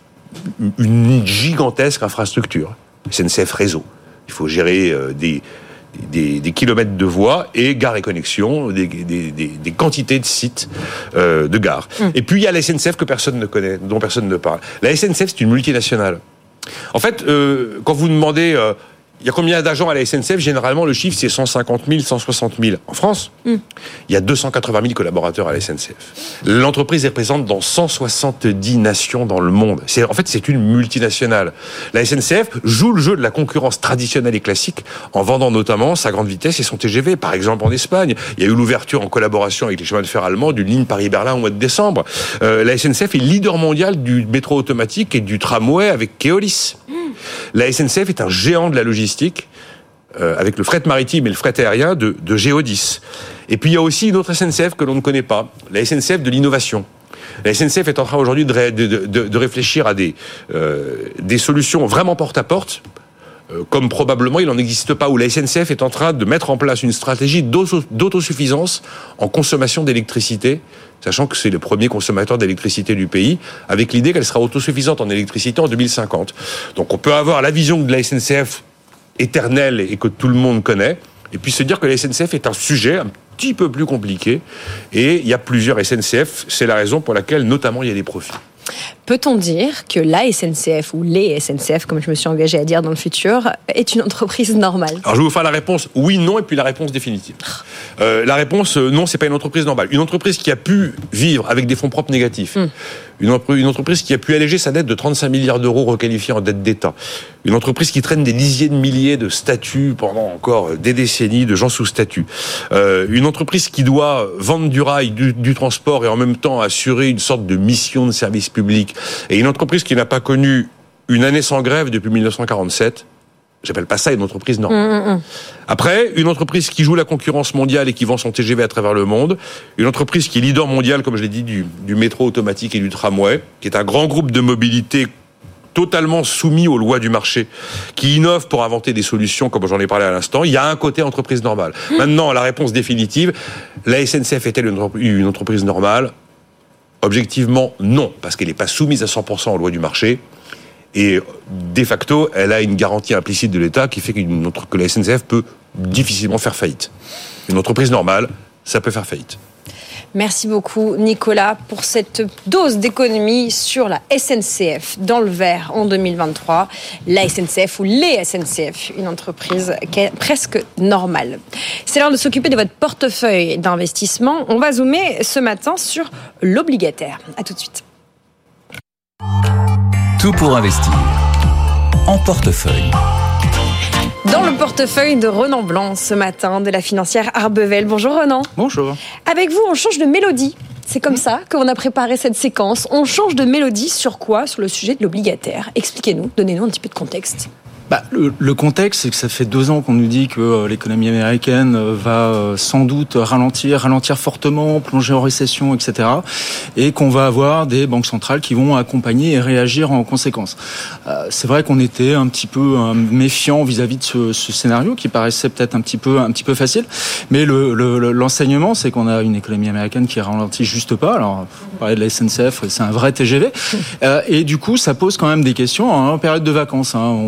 Une gigantesque infrastructure. S N C F Réseau. Il faut gérer euh, des... Des, des kilomètres de voies et gares et connexions, des, des, des, des quantités de sites euh, de gares. Mmh. Et puis il y a la S N C F que personne ne connaît, dont personne ne parle. La S N C F, c'est une multinationale. En fait, euh, quand vous demandez euh, il y a combien d'agents à la S N C F, généralement le chiffre c'est cent cinquante mille, cent soixante mille. En France, mmh. il y a deux cent quatre-vingt mille collaborateurs à la S N C F. L'entreprise est présente dans cent soixante-dix nations dans le monde. C'est, en fait, c'est une multinationale. La S N C F joue le jeu de la concurrence traditionnelle et classique en vendant notamment sa grande vitesse et son T G V. Par exemple, en Espagne, il y a eu l'ouverture en collaboration avec les chemins de fer allemands d'une ligne Paris-Berlin au mois de décembre. Euh, la S N C F est leader mondial du métro automatique et du tramway avec Keolis. Mmh. La S N C F est un géant de la logistique, euh, avec le fret maritime et le fret aérien de, de Géodis. Et puis il y a aussi une autre S N C F que l'on ne connaît pas, la S N C F de l'innovation. La S N C F est en train aujourd'hui de, ré, de, de, de réfléchir à des, euh, des solutions vraiment porte-à-porte, euh, comme probablement il n'en existe pas, où la S N C F est en train de mettre en place une stratégie d'autosuffisance en consommation d'électricité, sachant que c'est le premier consommateur d'électricité du pays, avec l'idée qu'elle sera autosuffisante en électricité en deux mille cinquante. Donc on peut avoir la vision de la S N C F éternelle et que tout le monde connaît, et puis se dire que la S N C F est un sujet un petit peu plus compliqué, et il y a plusieurs S N C F, c'est la raison pour laquelle notamment il y a des profits. Peut-on dire que la S N C F, ou les S N C F, comme je me suis engagé à dire dans le futur, est une entreprise normale ? Alors je vais vous faire la réponse oui, non, et puis la réponse définitive. Euh, la réponse euh, non, c'est pas une entreprise normale. Une entreprise qui a pu vivre avec des fonds propres négatifs. Mm. Une, une entreprise qui a pu alléger sa dette de trente-cinq milliards d'euros requalifiée en dette d'État. Une entreprise qui traîne des dizaines de milliers de statuts pendant encore des décennies de gens sous statut. Euh, une entreprise qui doit vendre du rail, du, du transport et en même temps assurer une sorte de mission de service public. Et une entreprise qui n'a pas connu une année sans grève depuis dix-neuf cent quarante-sept. J'appelle pas ça une entreprise normale. Mmh, mmh. Après, une entreprise qui joue la concurrence mondiale et qui vend son T G V à travers le monde. Une entreprise qui est leader mondial, comme je l'ai dit, du, du métro automatique et du tramway, qui est un grand groupe de mobilité totalement soumis aux lois du marché, qui innove pour inventer des solutions, comme j'en ai parlé à l'instant. Il y a un côté entreprise normale. Mmh. Maintenant, la réponse définitive, la S N C F est-elle une entreprise normale ? Objectivement, non, parce qu'elle n'est pas soumise à cent pour cent aux lois du marché. Et de facto, elle a une garantie implicite de l'État qui fait qu'une autre, que la S N C F peut difficilement faire faillite. Une entreprise normale, ça peut faire faillite. Merci beaucoup Nicolas pour cette dose d'économie sur la S N C F dans le vert en deux mille vingt-trois. La S N C F ou les S N C F, une entreprise qui est presque normale. C'est l'heure de s'occuper de votre portefeuille d'investissement. On va zoomer ce matin sur l'obligataire. À tout de suite. Tout pour investir. En portefeuille. Dans le portefeuille de Ronan Blanc ce matin de la financière Arbevel. Bonjour Ronan. Bonjour. Avec vous, on change de mélodie. C'est comme ça qu'on a préparé cette séquence. On change de mélodie sur quoi ? Sur le sujet de l'obligataire. Expliquez-nous, donnez-nous un petit peu de contexte. Bah, le, le contexte, c'est que ça fait deux ans qu'on nous dit que euh, l'économie américaine euh, va euh, sans doute ralentir, ralentir fortement, plonger en récession, et cetera. Et qu'on va avoir des banques centrales qui vont accompagner et réagir en conséquence. Euh, c'est vrai qu'on était un petit peu euh, méfiant vis-à-vis de ce, ce scénario qui paraissait peut-être un petit peu, un petit peu facile. Mais le, le, l'enseignement, c'est qu'on a une économie américaine qui ralentit juste pas. Alors, on parlait de la S N C F, c'est un vrai T G V. Euh, et du coup, ça pose quand même des questions en période de vacances. Hein. On parle de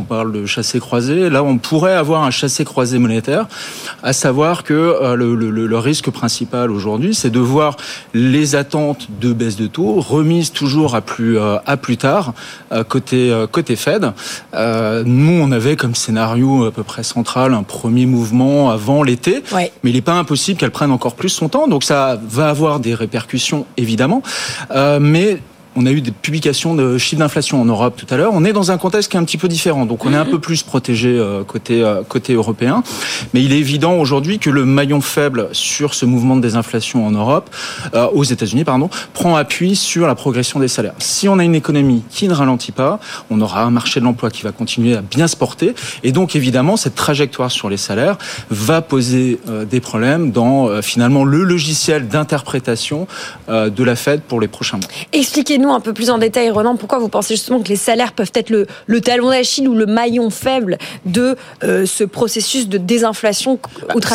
de chassé-croisé. Là, on pourrait avoir un chassé-croisé monétaire, à savoir que euh, le, le, le risque principal aujourd'hui, c'est de voir les attentes de baisse de taux remises toujours à plus euh, à plus tard euh, côté euh, côté Fed. Euh, nous, on avait comme scénario à peu près central un premier mouvement avant l'été, ouais. mais il n'est pas impossible qu'elle prenne encore plus son temps. Donc ça va avoir des répercussions évidemment, euh, mais on a eu des publications de chiffres d'inflation en Europe tout à l'heure. On est dans un contexte qui est un petit peu différent. Donc, on est un peu plus protégé euh, côté, euh, côté européen. Mais il est évident aujourd'hui que le maillon faible sur ce mouvement de désinflation en Europe, euh, aux États-Unis, pardon, prend appui sur la progression des salaires. Si on a une économie qui ne ralentit pas, on aura un marché de l'emploi qui va continuer à bien se porter. Et donc, évidemment, cette trajectoire sur les salaires va poser euh, des problèmes dans, euh, finalement, le logiciel d'interprétation euh, de la Fed pour les prochains mois. Expliquez-nous un peu plus en détail, Ronan, pourquoi vous pensez justement que les salaires peuvent être le, le talon d'Achille ou le maillon faible de euh, ce processus de désinflation outre-Atlantique ?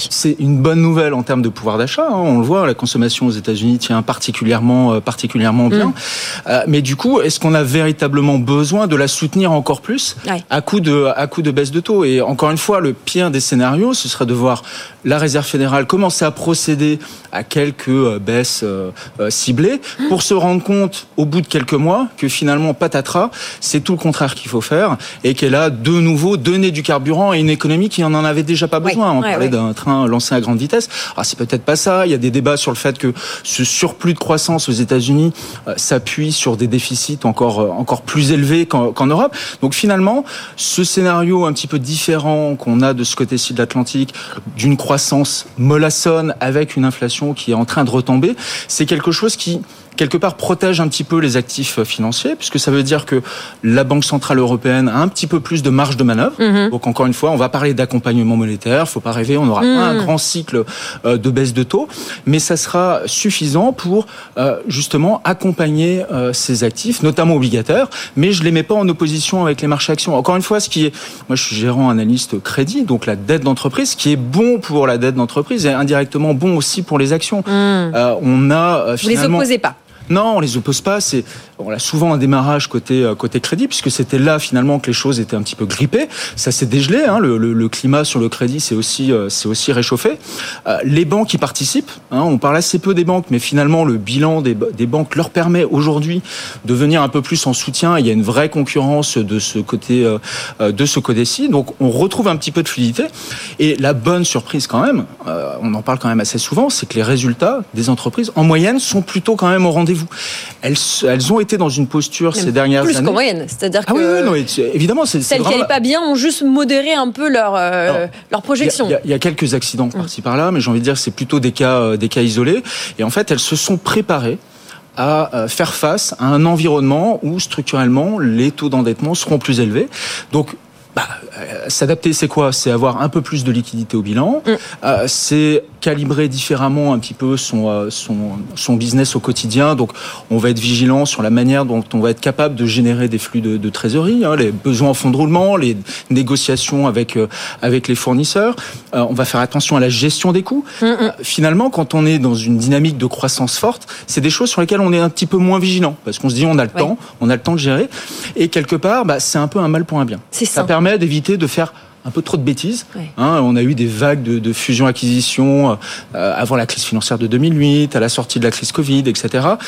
C'est, c'est une bonne nouvelle en termes de pouvoir d'achat. Hein. On le voit, la consommation aux États-Unis tient particulièrement, euh, particulièrement bien. Mmh. Euh, mais du coup, est-ce qu'on a véritablement besoin de la soutenir encore plus ouais. à coup de, à coup de baisse de taux ? Et encore une fois, le pire des scénarios, ce serait de voir la Réserve fédérale commencer à procéder à quelques euh, baisses euh, euh, ciblées mmh. pour se rendre compte au bout de quelques mois que finalement patatras, c'est tout le contraire qu'il faut faire et qu'elle a de nouveau donné du carburant à une économie qui n'en avait déjà pas besoin. Oui, On ouais, parlait ouais. d'un train lancé à grande vitesse. Alors c'est peut-être pas ça. Il y a des débats sur le fait que ce surplus de croissance aux États-Unis euh, s'appuie sur des déficits encore euh, encore plus élevés qu'en, qu'en Europe. Donc finalement, ce scénario un petit peu différent qu'on a de ce côté-ci de l'Atlantique, d'une croissance mollassonne avec une inflation qui est en train de retomber, c'est quelque chose qui quelque part protège un petit peu les actifs financiers, puisque ça veut dire que la Banque Centrale Européenne a un petit peu plus de marge de manœuvre. Mmh. Donc encore une fois, on va parler d'accompagnement monétaire, faut pas rêver, on n'aura mmh. pas un grand cycle de baisse de taux, mais ça sera suffisant pour justement accompagner ces actifs, notamment obligataires, mais je les mets pas en opposition avec les marchés actions. Encore une fois, ce qui est, moi je suis gérant analyste crédit, donc la dette d'entreprise, ce qui est bon pour la dette d'entreprise est indirectement bon aussi pour les actions. Mmh. Euh, on a Vous finalement... les opposez pas? Non, on les oppose pas. C'est, on a souvent un démarrage côté côté crédit, puisque c'était là finalement que les choses étaient un petit peu grippées. Ça s'est dégelé. Hein, le, le, le climat sur le crédit s'est aussi c'est aussi réchauffé. Euh, les banques y participent. Hein, on parle assez peu des banques, mais finalement le bilan des, des banques leur permet aujourd'hui de venir un peu plus en soutien. Il y a une vraie concurrence de ce côté euh, de ce côté-ci. Donc on retrouve un petit peu de fluidité. Et la bonne surprise quand même, euh, on en parle quand même assez souvent, c'est que les résultats des entreprises en moyenne sont plutôt quand même au rendez-vous. Elles, elles ont été dans une posture Même ces dernières plus années. Plus qu'en moyenne, c'est-à-dire que ah oui, oui, non, évidemment, c'est, celles c'est qui n'allaient pas bien ont juste modéré un peu leur euh, leur projection. Il y, y, y a quelques accidents par-ci par-là, mais j'ai envie de dire que c'est plutôt des cas euh, des cas isolés. Et en fait, elles se sont préparées à euh, faire face à un environnement où structurellement les taux d'endettement seront plus élevés. Donc Bah, euh, s'adapter, c'est quoi ? C'est avoir un peu plus de liquidité au bilan. Mm. Euh, c'est calibrer différemment un petit peu son, euh, son, son business au quotidien. Donc, on va être vigilant sur la manière dont on va être capable de générer des flux de, de trésorerie, hein, les besoins en fonds de roulement, les négociations avec, euh, avec les fournisseurs. Euh, on va faire attention à la gestion des coûts. Mm-hmm. Euh, finalement, quand on est dans une dynamique de croissance forte, c'est des choses sur lesquelles on est un petit peu moins vigilant parce qu'on se dit on a le ouais. temps, on a le temps de gérer. Et quelque part, bah, c'est un peu un mal pour un bien. C'est ça. Ça permet d'éviter de faire un peu trop de bêtises. Ouais. Hein, on a eu des vagues de, de fusion-acquisition euh, avant la crise financière de deux mille huit, à la sortie de la crise Covid, et cetera.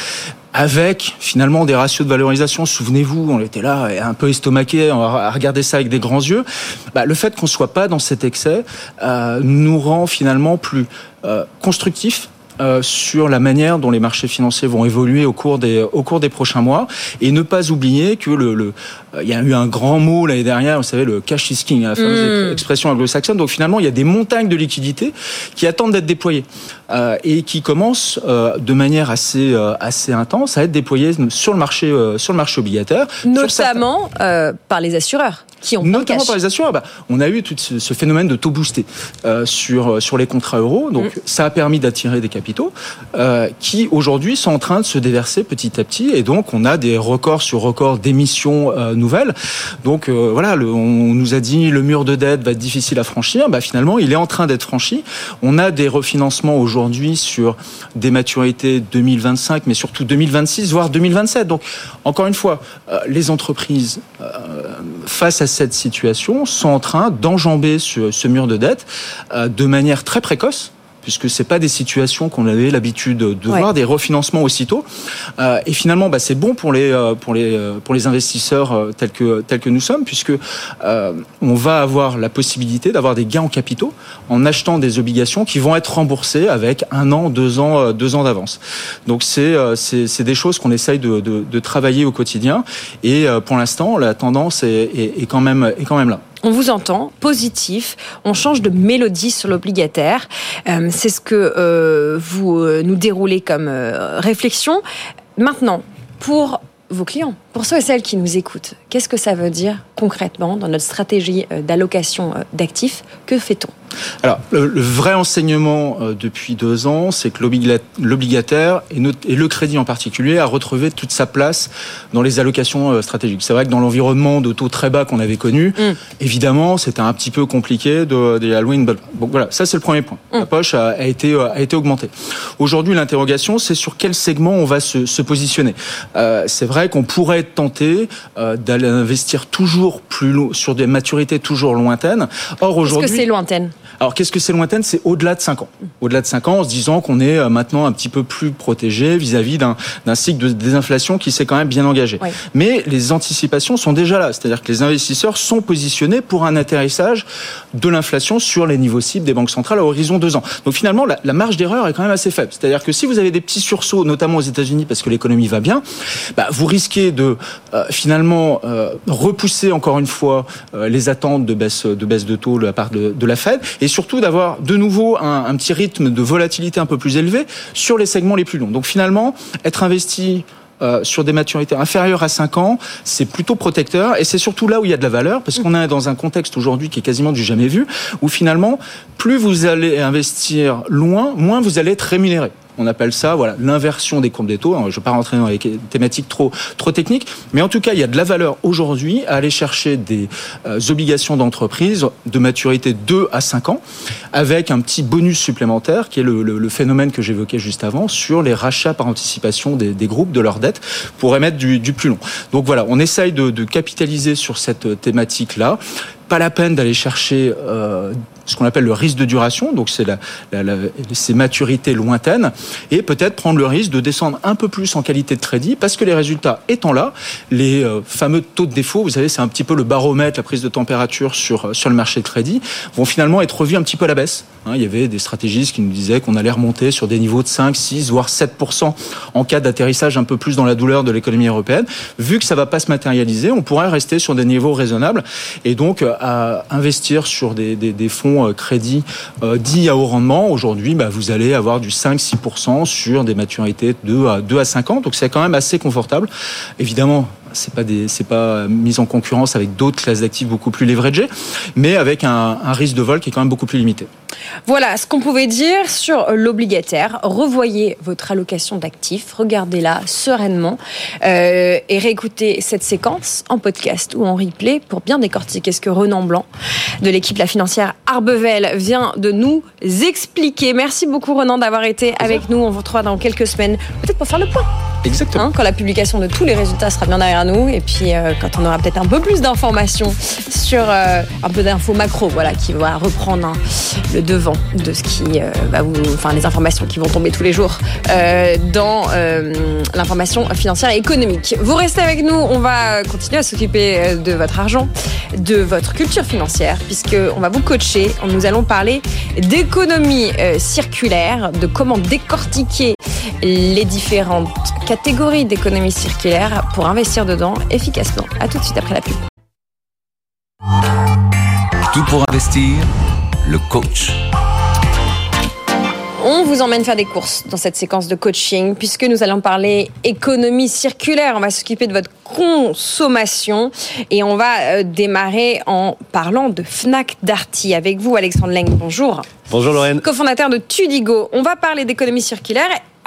Avec finalement des ratios de valorisation. Souvenez-vous, on était là un peu estomaqués à regarder ça avec des grands yeux. Bah, le fait qu'on soit pas dans cet excès euh, nous rend finalement plus euh, constructifs. Euh, sur la manière dont les marchés financiers vont évoluer au cours des au cours des prochains mois et ne pas oublier que le le il euh, y a eu un grand mot l'année dernière, vous savez, le cash is king, la fameuse mmh. expression anglo-saxonne. Donc finalement, il y a des montagnes de liquidités qui attendent d'être déployées euh, et qui commencent euh, de manière assez euh, assez intense à être déployées sur le marché euh, sur le marché obligataire, notamment certains... euh, par les assureurs. Qui ont notamment par les assureurs. Bah, on a eu tout ce, ce phénomène de taux boosté euh, sur sur les contrats euros. Donc mmh. ça a permis d'attirer des capitaux euh, qui aujourd'hui sont en train de se déverser petit à petit. Et donc on a des records sur records d'émissions euh, nouvelles. Donc euh, voilà, le, on nous a dit le mur de dette va être difficile à franchir. Bah finalement, il est en train d'être franchi. On a des refinancements aujourd'hui sur des maturités deux mille vingt-cinq, mais surtout deux mille vingt-six, voire deux mille vingt-sept. Donc encore une fois, euh, les entreprises euh, face à cette situation, sont en train d'enjamber ce, ce mur de dette euh, de manière très précoce, puisque c'est pas des situations qu'on avait l'habitude de ouais. voir, des refinancements aussitôt. Euh, et finalement, bah, c'est bon pour les euh, pour les euh, pour les investisseurs euh, tels que tels que nous sommes, puisque euh, on va avoir la possibilité d'avoir des gains en capitaux en achetant des obligations qui vont être remboursées avec un an, deux ans, euh, deux ans d'avance. Donc c'est euh, c'est c'est des choses qu'on essaye de, de de travailler au quotidien. Et euh, pour l'instant, la tendance est, est est quand même est quand même là. On vous entend, positif, on change de mélodie sur l'obligataire. Euh, c'est ce que euh, vous euh, nous déroulez comme euh, réflexion. Maintenant, pour vos clients, pour ceux et celles qui nous écoutent, qu'est-ce que ça veut dire concrètement dans notre stratégie d'allocation d'actifs ? Que fait-on ? Alors, le, le vrai enseignement euh, depuis deux ans, c'est que l'obligataire, l'obligataire et, notre, et le crédit en particulier a retrouvé toute sa place dans les allocations euh, stratégiques. C'est vrai que dans l'environnement de taux très bas qu'on avait connu, mm. évidemment, c'était un petit peu compliqué de, de allouer une bonne. Donc voilà, ça c'est le premier point. Mm. La poche a, a été a été augmentée. Aujourd'hui, l'interrogation, c'est sur quel segment on va se, se positionner. Euh, c'est vrai qu'on pourrait être tenté euh, d'aller investir toujours plus lo- sur des maturités toujours lointaines. Or aujourd'hui, est-ce que c'est lointaine ? Alors, qu'est-ce que c'est lointaine ? C'est au-delà de cinq ans. Au-delà de cinq ans, en se disant qu'on est maintenant un petit peu plus protégé vis-à-vis d'un, d'un cycle de désinflation qui s'est quand même bien engagé. Oui. Mais les anticipations sont déjà là. C'est-à-dire que les investisseurs sont positionnés pour un atterrissage de l'inflation sur les niveaux cibles des banques centrales à horizon deux ans. Donc finalement, la, la marge d'erreur est quand même assez faible. C'est-à-dire que si vous avez des petits sursauts, notamment aux États-Unis, parce que l'économie va bien, bah, vous risquez de euh, finalement euh, repousser encore une fois euh, les attentes de baisse, de baisse de taux de la part de, de la Fed. Et surtout d'avoir de nouveau un, un petit rythme de volatilité un peu plus élevé sur les segments les plus longs. Donc finalement, être investi euh, sur des maturités inférieures à cinq ans, c'est plutôt protecteur et c'est surtout là où il y a de la valeur parce qu'on est dans un contexte aujourd'hui qui est quasiment du jamais vu où finalement, plus vous allez investir loin, moins vous allez être rémunéré. On appelle ça, voilà, l'inversion des courbes des taux. Alors, je ne vais pas rentrer dans les thématiques trop, trop techniques, mais en tout cas, il y a de la valeur aujourd'hui à aller chercher des euh, obligations d'entreprise de maturité deux à cinq ans, avec un petit bonus supplémentaire, qui est le, le, le phénomène que j'évoquais juste avant, sur les rachats par anticipation des, des groupes de leurs dettes pour émettre du, du plus long. Donc voilà, on essaye de, de capitaliser sur cette thématique-là. Pas la peine d'aller chercher euh, ce qu'on appelle le risque de duration, donc c'est la, la, la, ces maturités lointaines, et peut-être prendre le risque de descendre un peu plus en qualité de crédit, parce que les résultats étant là, les euh, fameux taux de défaut, vous savez, c'est un petit peu le baromètre, la prise de température sur, sur le marché de crédit, vont finalement être revus un petit peu à la baisse. Hein, il y avait des stratégistes qui nous disaient qu'on allait remonter sur des niveaux de cinq, six, voire sept pour cent en cas d'atterrissage un peu plus dans la douleur de l'économie européenne. Vu que ça ne va pas se matérialiser, on pourrait rester sur des niveaux raisonnables, et donc à investir sur des, des, des fonds euh, crédits euh, dits à haut rendement. Aujourd'hui, bah, vous allez avoir du cinq à six pour cent sur des maturités de deux à cinq ans. Donc, c'est quand même assez confortable. Évidemment, c'est pas des, c'est pas mis en concurrence avec d'autres classes d'actifs beaucoup plus leveragées, mais avec un, un risque de vol qui est quand même beaucoup plus limité. Voilà ce qu'on pouvait dire sur l'obligataire. Revoyez votre allocation d'actifs, regardez-la sereinement euh, et réécoutez cette séquence en podcast ou en replay pour bien décortiquer ce que Renan Blanc de l'équipe La Financière Arbevel vient de nous expliquer. Merci beaucoup Renan d'avoir été avec nous. On vous retrouvera dans quelques semaines, peut-être pour faire le point. Exactement. Hein, quand la publication de tous les résultats sera bien derrière nous et puis euh, quand on aura peut-être un peu plus d'informations sur euh, un peu d'infos macro, voilà, qui va reprendre hein, le devant de ce qui euh, va vous, enfin les informations qui vont tomber tous les jours euh, dans euh, l'information financière et économique. Vous restez avec nous, on va continuer à s'occuper de votre argent, de votre culture financière, puisque on va vous coacher. Nous allons parler d'économie euh, circulaire, de comment décortiquer les différentes catégories d'économie circulaire pour investir dedans efficacement. À tout de suite après la pub. Tout pour investir, le coach. On vous emmène faire des courses dans cette séquence de coaching puisque nous allons parler économie circulaire. On va s'occuper de votre consommation et on va démarrer en parlant de Fnac Darty. Avec vous, Alexandre Leng, bonjour. Bonjour Lorraine. Cofondateur de Tudigo. On va parler d'économie circulaire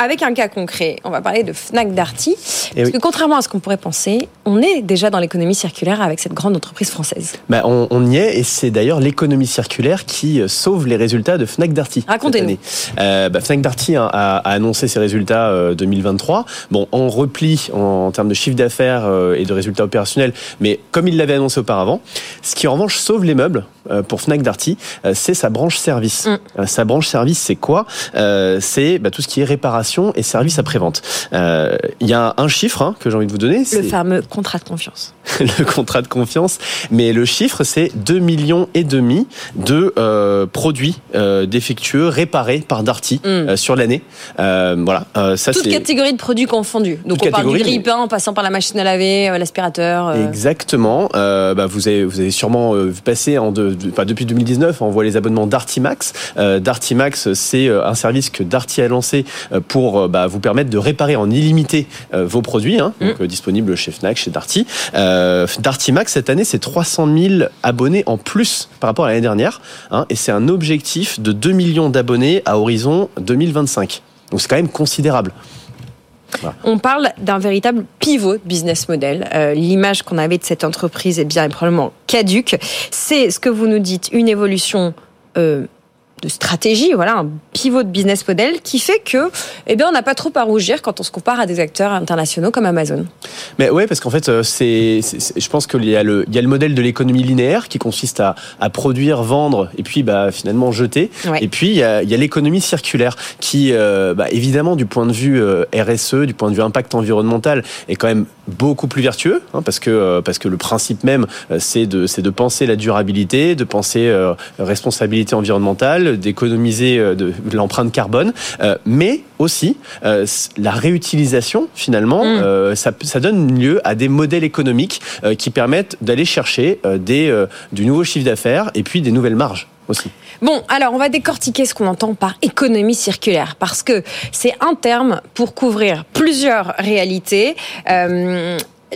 avec un cas concret, on va parler de Fnac Darty. Et parce oui. que contrairement à ce qu'on pourrait penser, on est déjà dans l'économie circulaire avec cette grande entreprise française. Bah, on, on y est, et c'est d'ailleurs l'économie circulaire qui sauve les résultats de Fnac Darty. Racontez-nous. Euh, bah, Fnac Darty a, a annoncé ses résultats euh, deux mille vingt-trois. Bon, en repli en, en termes de chiffre d'affaires euh, et de résultats opérationnels, mais comme il l'avait annoncé auparavant, ce qui en revanche sauve les meubles euh, pour Fnac Darty, euh, c'est sa branche service. Mm. Euh, sa branche service, c'est quoi ? euh, C'est bah, tout ce qui est réparation et service après-vente. Il euh, y a un chiffre hein, que j'ai envie de vous donner. C'est le fameux contrat de confiance. Le contrat de confiance, mais le chiffre c'est deux millions et demi de euh, produits euh, défectueux réparés par Darty mm. euh, sur l'année. Euh, voilà, euh, ça toute c'est catégorie de produits confondus. Donc toute on parle du mais... grille-pain en passant par la machine à laver, euh, l'aspirateur. Euh... Exactement. Euh, bah, vous avez vous avez sûrement euh, vu passer en de, de, enfin, depuis deux mille dix-neuf, on voit les abonnements Darty Max. Euh, Darty Max, c'est euh, un service que Darty a lancé euh, pour euh, bah, vous permettre de réparer en illimité euh, vos produits, hein, mm. donc euh, disponibles chez Fnac, chez Darty. Euh, Darty Max cette année, c'est trois cent mille abonnés en plus par rapport à l'année dernière, hein, et c'est un objectif de deux millions d'abonnés à horizon deux mille vingt-cinq. Donc c'est quand même considérable. Voilà. On parle d'un véritable pivot de business model. Euh, l'image qu'on avait de cette entreprise est bien est probablement caduque. C'est ce que vous nous dites, une évolution euh, de stratégie, voilà, un pivot de business model qui fait que, eh bien, on n'a pas trop à rougir quand on se compare à des acteurs internationaux comme Amazon. Mais ouais, parce qu'en fait, c'est, c'est, c'est, je pense qu'il y a le, il y a le modèle de l'économie linéaire qui consiste à, à produire, vendre et puis bah finalement jeter. Ouais. Et puis il y a, il y a l'économie circulaire qui, euh, bah, évidemment, du point de vue euh, R S E, du point de vue impact environnemental, est quand même beaucoup plus vertueux, hein, parce que euh, parce que le principe même, euh, c'est de c'est de penser la durabilité, de penser euh, responsabilité environnementale, d'économiser euh, de, de l'empreinte carbone, euh, mais aussi euh, la réutilisation finalement, mmh. euh, ça, ça donne lieu à des modèles économiques euh, qui permettent d'aller chercher euh, des euh, du nouveau chiffre d'affaires et puis des nouvelles marges aussi. Bon, alors on va décortiquer ce qu'on entend par économie circulaire, parce que c'est un terme pour couvrir plusieurs réalités. Euh,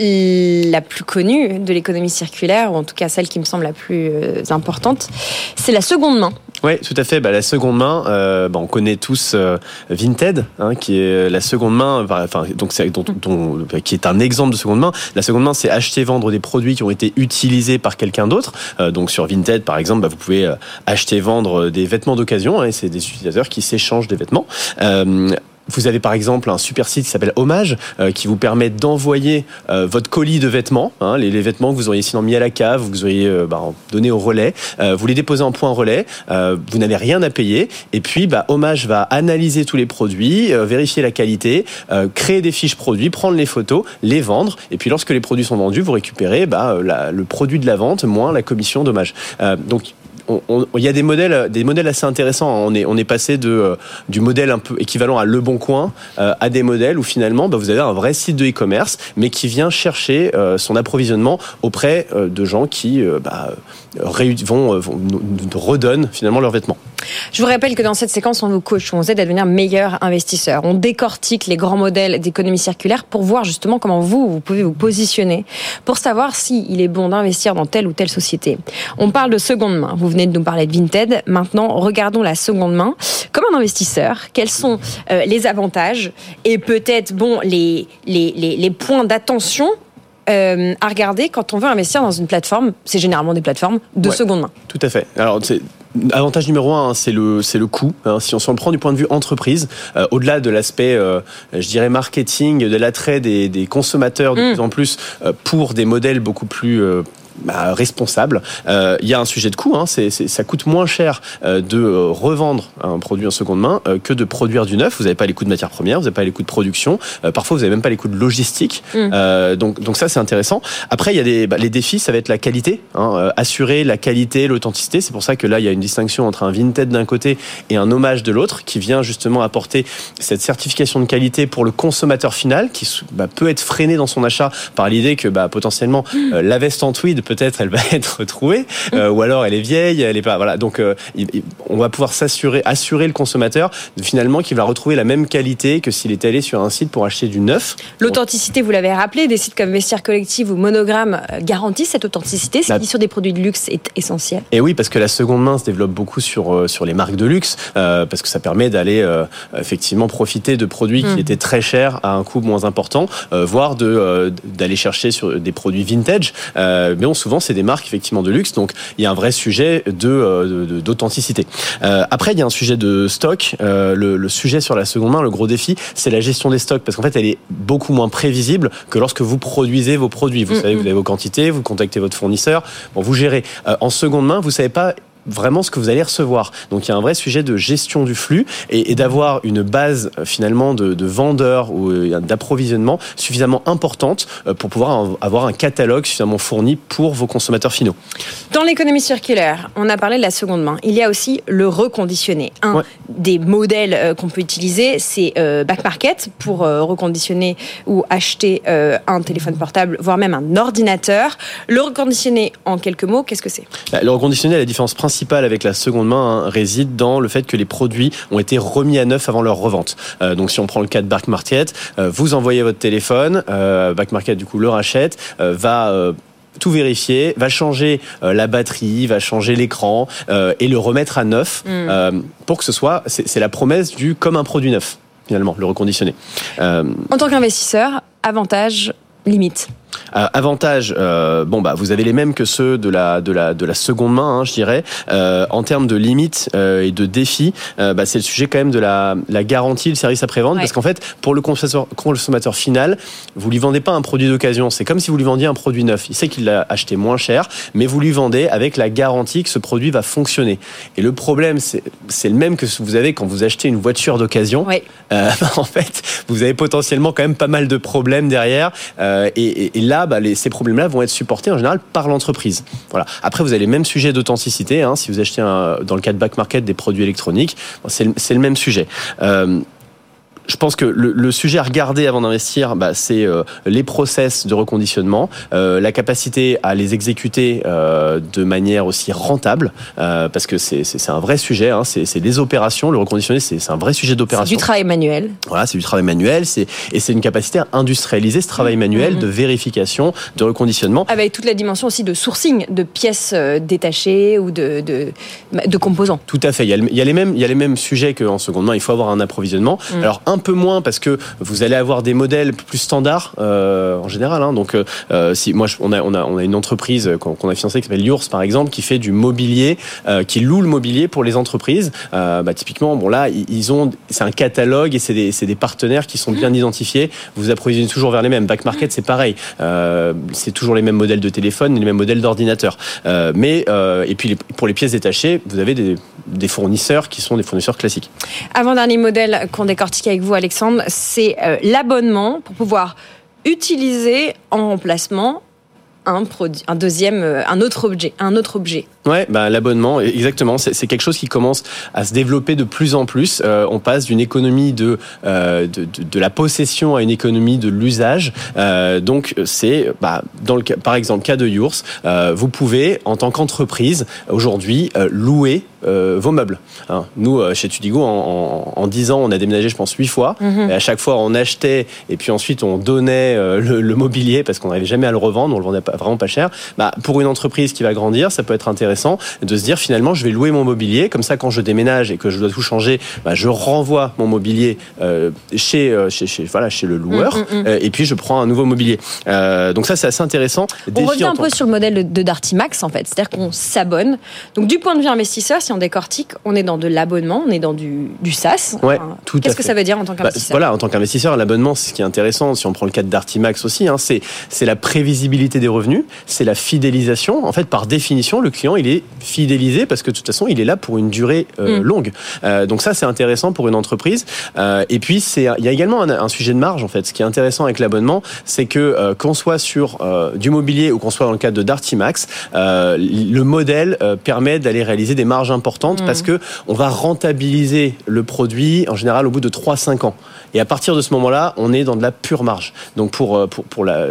la plus connue de l'économie circulaire, ou en tout cas celle qui me semble la plus euh, importante, c'est la seconde main. Oui, tout à fait. Bah, la seconde main, euh, bah, on connaît tous euh, Vinted, hein, qui est la seconde main, enfin, donc c'est, dont, dont, qui est un exemple de seconde main. La seconde main, c'est acheter, vendre des produits qui ont été utilisés par quelqu'un d'autre. Euh, donc sur Vinted, par exemple, bah, vous pouvez euh, acheter, vendre des vêtements d'occasion, hein, et c'est des utilisateurs qui s'échangent des vêtements. Euh, Vous avez par exemple un super site qui s'appelle Hommage, euh, qui vous permet d'envoyer euh, votre colis de vêtements, hein, les, les vêtements que vous auriez sinon mis à la cave, ou que vous auriez euh, bah, donné au relais. Euh, vous les déposez en point relais, euh, vous n'avez rien à payer, et puis bah, Hommage va analyser tous les produits, euh, vérifier la qualité, euh, créer des fiches produits, prendre les photos, les vendre, et puis lorsque les produits sont vendus, vous récupérez bah, la, le produit de la vente moins la commission d'Hommage. Euh, donc il y a des modèles, des modèles assez intéressants. On est, on est passé de, euh, du modèle un peu équivalent à Le Bon Coin euh, à des modèles où finalement, bah, vous avez un vrai site de e-commerce, mais qui vient chercher euh, son approvisionnement auprès euh, de gens qui euh, bah, ré- vont, vont nous, nous redonnent finalement leurs vêtements. Je vous rappelle que dans cette séquence, on vous coach, on vous aide à devenir meilleur investisseur. On décortique les grands modèles d'économie circulaire pour voir justement comment vous, vous pouvez vous positionner pour savoir s'il est bon d'investir dans telle ou telle société. On parle de seconde main. Vous venez de nous parler de Vinted. Maintenant, regardons la seconde main. Comme un investisseur, quels sont euh, les avantages et peut-être bon les, les, les, les points d'attention euh, à regarder quand on veut investir dans une plateforme? C'est généralement des plateformes de ouais, seconde main. Tout à fait. Alors, c'est... Avantage numéro un, hein, c'est le c'est le coût. Hein. Si on s'en prend du point de vue entreprise, euh, au-delà de l'aspect, euh, je dirais marketing, de l'attrait des, des consommateurs de mmh. plus en plus euh, pour des modèles beaucoup plus euh, Bah, responsable. Euh, il y a un sujet de coût. Hein, c'est, c'est, ça coûte moins cher euh, de euh, revendre un produit en seconde main euh, que de produire du neuf. Vous n'avez pas les coûts de matières premières, vous n'avez pas les coûts de production. Euh, parfois, vous n'avez même pas les coûts de logistique. Mmh. Euh, donc, donc ça, c'est intéressant. Après, il y a des bah, les défis. Ça va être la qualité. Hein, euh, assurer la qualité, l'authenticité. C'est pour ça que là, il y a une distinction entre un Vinted d'un côté et un Hommage de l'autre, qui vient justement apporter cette certification de qualité pour le consommateur final, qui bah, peut être freiné dans son achat par l'idée que bah, potentiellement mmh. euh, la veste en tweed peut-être elle va être retrouvée, euh, ou alors elle est vieille, elle est pas. Voilà. Donc euh, il, il, on va pouvoir s'assurer, assurer le consommateur finalement qu'il va retrouver la même qualité que s'il était allé sur un site pour acheter du neuf. L'authenticité, vous l'avez rappelé, des sites comme Vestiaire Collective ou Monogramme garantissent cette authenticité, ce La... qui sur des produits de luxe est essentiel. Et oui, parce que la seconde main se développe beaucoup sur euh, sur les marques de luxe, euh, parce que ça permet d'aller euh, effectivement profiter de produits mmh. qui étaient très chers à un coût moins important, euh, voire de euh, d'aller chercher sur des produits vintage. Euh, mais bon, souvent c'est des marques effectivement de luxe, donc il y a un vrai sujet de, euh, de d'authenticité. Euh, après, il y a un sujet de stock. Euh, le, le sujet sur la seconde main, le gros défi, c'est la gestion des stocks, parce qu'en fait, elle est beaucoup moins prévisible que lorsque vous produisez vos produits. Vous mmh. savez, vous avez vos quantités, vous contactez votre fournisseur, bon, vous gérez. Euh, en seconde main, vous savez pas vraiment ce que vous allez recevoir. Donc il y a un vrai sujet de gestion du flux et, et d'avoir une base finalement de, de vendeurs ou d'approvisionnement suffisamment importante pour pouvoir avoir un catalogue suffisamment fourni pour vos consommateurs finaux. Dans l'économie circulaire, on a parlé de la seconde main. Il y a aussi le reconditionné. Un ouais. des modèles qu'on peut utiliser, c'est euh, back market pour euh, reconditionner ou acheter euh, un téléphone portable, voire même un ordinateur. Le reconditionné, en quelques mots, qu'est-ce que c'est ? Le reconditionné, la différence principale avec la seconde main hein, réside dans le fait que les produits ont été remis à neuf avant leur revente. Euh, donc si on prend le cas de Back Market, euh, vous envoyez votre téléphone, euh, Back Market du coup le rachète, euh, va euh, tout vérifier, va changer euh, la batterie, va changer l'écran euh, et le remettre à neuf mmh. euh, pour que ce soit, c'est, c'est la promesse du comme un produit neuf finalement, le reconditionné. Euh, en tant qu'investisseur, avantage, limite. Euh, avantage, euh, bon bah vous avez les mêmes que ceux de la de la de la seconde main, hein, je dirais. Euh, en termes de limites euh, et de défis, euh, bah, c'est le sujet quand même de la la garantie, le service après-vente, ouais. parce qu'en fait pour le consommateur, consommateur final, vous lui vendez pas un produit d'occasion. C'est comme si vous lui vendiez un produit neuf. Il sait qu'il l'a acheté moins cher, mais vous lui vendez avec la garantie que ce produit va fonctionner. Et le problème, c'est c'est le même que ce que vous avez quand vous achetez une voiture d'occasion. Ouais. Euh, en fait, vous avez potentiellement quand même pas mal de problèmes derrière. Euh, et, et, et là, bah, les, ces problèmes-là vont être supportés en général par l'entreprise. Voilà. Après, vous avez les mêmes sujets d'authenticité. Hein, si vous achetez un, dans le cas de Back Market des produits électroniques, bon, c'est, c'est le même sujet. Euh, Je pense que le, le sujet à regarder avant d'investir, bah, c'est euh, les process de reconditionnement, euh, la capacité à les exécuter euh, de manière aussi rentable, euh, parce que c'est, c'est, c'est un vrai sujet. Hein, c'est, c'est des opérations. Le reconditionné, c'est, c'est un vrai sujet d'opération. C'est du travail manuel. Voilà, c'est du travail manuel. C'est, et c'est une capacité à industrialiser ce travail manuel mmh. de vérification, de reconditionnement. Avec toute la dimension aussi de sourcing, de pièces détachées ou de, de, de composants. Tout à fait. Il y a, il y a les mêmes, il y a les mêmes sujets qu'en seconde main. Il faut avoir un approvisionnement. Mmh. Alors, un peu moins parce que vous allez avoir des modèles plus standards euh, en général. Hein. Donc, euh, si moi, je, on a, on a, on a une entreprise qu'on, qu'on a financée qui s'appelle Yours par exemple, qui fait du mobilier, euh, qui loue le mobilier pour les entreprises. Euh, bah, typiquement, bon là, ils ont, c'est un catalogue et c'est des, c'est des partenaires qui sont bien identifiés. Vous approvisionnez toujours vers les mêmes. Back Market, c'est pareil. Euh, c'est toujours les mêmes modèles de téléphone, les mêmes modèles d'ordinateur. Euh, mais euh, et puis les, pour les pièces détachées, vous avez des, des fournisseurs qui sont des fournisseurs classiques. Avant-dernier modèle qu'on décortique avec vous, Alexandre, c'est euh, l'abonnement pour pouvoir utiliser en remplacement un produit, un deuxième, euh, un autre objet, un autre objet. Ouais, bah, l'abonnement, exactement. C'est, c'est quelque chose qui commence à se développer de plus en plus. Euh, on passe d'une économie de, euh, de, de, de la possession à une économie de l'usage. Euh, donc, c'est, bah, dans le cas, par exemple, cas de Yours, euh, vous pouvez, en tant qu'entreprise, aujourd'hui, euh, louer euh, vos meubles. Hein, nous, euh, chez Tudigo, en, en, en dix ans, on a déménagé, je pense, huit fois. Mm-hmm. Et à chaque fois, on achetait et puis ensuite, on donnait euh, le, le mobilier parce qu'on n'arrivait jamais à le revendre. On le vendait pas, vraiment pas cher. Bah, pour une entreprise qui va grandir, ça peut être intéressant de se dire finalement je vais louer mon mobilier, comme ça quand je déménage et que je dois tout changer, bah, je renvoie mon mobilier euh, chez, euh, chez, chez, voilà, chez le loueur mmh, mmh. Euh, et puis je prends un nouveau mobilier. Euh, donc ça c'est assez intéressant. On Défi revient un temps. peu sur le modèle de Dartymax en fait, c'est-à-dire qu'on s'abonne. Donc du point de vue investisseur, si on décortique, on est dans de l'abonnement, on est dans du, du SaaS. Ouais, enfin, tout qu'est-ce à que fait. ça veut dire en tant qu'investisseur ? Bah, voilà, en tant qu'investisseur, l'abonnement c'est ce qui est intéressant. Si on prend le cas de Dartymax aussi, hein, c'est, c'est la prévisibilité des revenus, c'est la fidélisation. En fait, par définition, le client il est fidélisé parce que de toute façon il est là pour une durée euh, mmh. longue. Euh, donc ça c'est intéressant pour une entreprise. Euh, et puis c'est il y a également un, un sujet de marge en fait. Ce qui est intéressant avec l'abonnement, c'est que euh, qu'on soit sur euh, du mobilier ou qu'on soit dans le cadre de Dartymax, euh, le modèle euh, permet d'aller réaliser des marges importantes. importante Mmh. parce que on va rentabiliser le produit en général au bout de trois à cinq ans. Et à partir de ce moment-là, on est dans de la pure marge. Donc pour pour pour la,